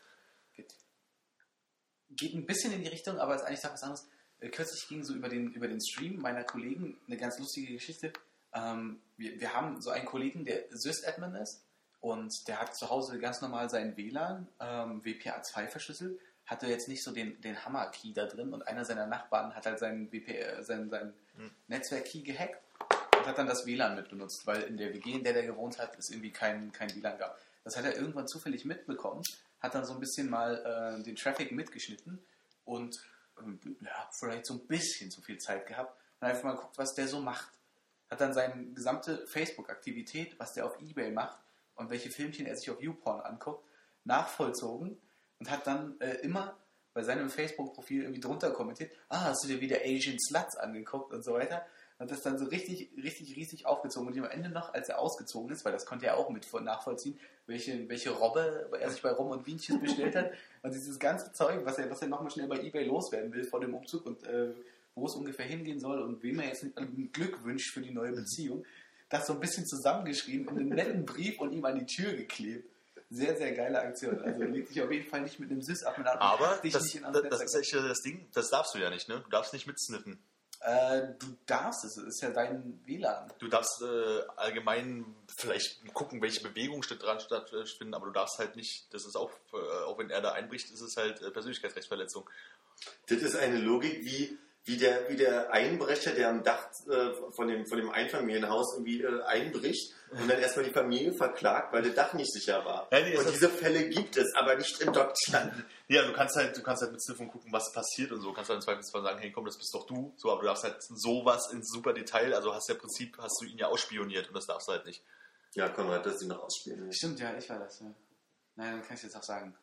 Geht ein bisschen in die Richtung, aber ist eigentlich doch was anderes. Kürzlich ging so über den Stream meiner Kollegen eine ganz lustige Geschichte. Wir haben so einen Kollegen, der Sys-Admin ist und der hat zu Hause ganz normal seinen WLAN WPA2 verschlüsselt, hatte jetzt nicht so den Hammer-Key da drin und einer seiner Nachbarn hat halt seinen Netzwerk-Key gehackt und hat dann das WLAN mit benutzt, weil in der WG, in der gewohnt hat, es irgendwie kein WLAN gab. Das hat er irgendwann zufällig mitbekommen, hat dann so ein bisschen mal den Traffic mitgeschnitten und vielleicht so ein bisschen zu viel Zeit gehabt und einfach mal geguckt, was der so macht. Hat dann seine gesamte Facebook-Aktivität, was der auf eBay macht und welche Filmchen er sich auf YouPorn anguckt, nachvollzogen und hat dann immer bei seinem Facebook-Profil irgendwie drunter kommentiert, hast du dir wieder Asian Sluts angeguckt und so weiter. hat das dann so richtig, richtig riesig aufgezogen. Und am Ende noch, als er ausgezogen ist, weil das konnte er auch mit nachvollziehen, welche Robbe er sich bei Rom und Bienchen bestellt hat. Und dieses ganze Zeug, was er nochmal schnell bei eBay loswerden will vor dem Umzug und wo es ungefähr hingehen soll und wem er jetzt Glück wünscht für die neue Beziehung, das so ein bisschen zusammengeschrieben, in einem netten Brief und ihm an die Tür geklebt. Sehr, sehr geile Aktion. Also legt sich auf jeden Fall nicht mit einem Süß ab. Aber das ist echt das Ding, das darfst du ja nicht, ne? Du darfst nicht mitsniffen. Du darfst es ist ja dein WLAN. Du darfst allgemein vielleicht gucken, welche Bewegungen dran stattfinden, aber du darfst halt nicht, das ist auch wenn er da einbricht, ist es halt Persönlichkeitsrechtsverletzung. Das ist eine Logik wie der Einbrecher, der am Dach von dem Einfamilienhaus irgendwie einbricht und dann erstmal die Familie verklagt, weil das Dach nicht sicher war. Ja, und diese Fälle gibt es, aber nicht in Deutschland. Ja, du kannst halt mit Sniffen gucken, was passiert und so. Du kannst dann im Zweifelsfall sagen, hey komm, das bist doch du. So, aber du darfst halt sowas in super Detail, also hast du ihn ja ausspioniert und das darfst du halt nicht. Ja, Konrad, dass sie noch ausspielen. Stimmt, ja, ich war das. Ja. Nein, dann kann ich jetzt auch sagen.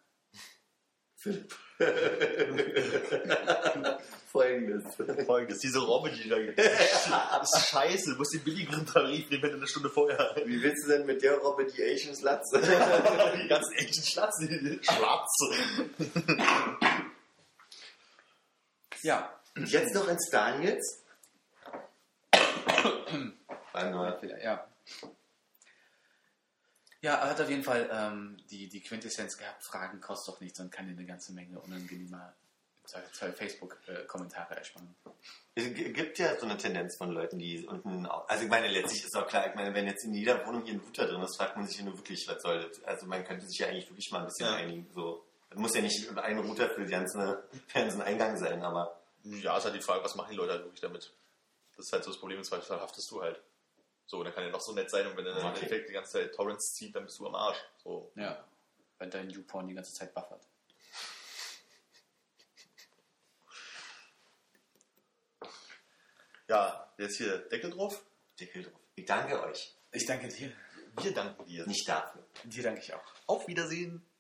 Folgendes. Diese Robbe, die da gibt. Das ist scheiße. Du musst den billigeren Tarif nehmen, wenn du eine Stunde vorher. Wie willst du denn mit der Robbe die Asian Schlatze? Die ganzen Asian Schlatze. Schlatze. Ja. Und jetzt noch ins Daniels? Ja. Ja, er hat auf jeden Fall die Quintessenz gehabt, Fragen kostet doch nichts und kann dir eine ganze Menge unangenehmer Facebook-Kommentare ersparen. Es gibt ja so eine Tendenz von Leuten, die unten, also ich meine, letztlich ist auch klar, ich meine, wenn jetzt in jeder Wohnung hier ein Router drin ist, fragt man sich ja nur wirklich, was soll das? Also man könnte sich ja eigentlich wirklich mal ein bisschen einigen, so. Das muss ja nicht ein Router für den ganzen Eingang sein, aber... Ja, ist halt die Frage, was machen die Leute halt wirklich damit? Das ist halt so das Problem, im Zweifelsfall haftest du halt. So, dann kann ja noch so nett sein und wenn er im Endeffekt die ganze Zeit Torrents zieht, dann bist du am Arsch. So. Ja, wenn dein YouPorn die ganze Zeit buffert. Ja, jetzt hier Deckel drauf. Deckel drauf. Ich danke euch. Ich danke dir. Wir danken dir. Nicht dafür. Dir danke ich auch. Auf Wiedersehen.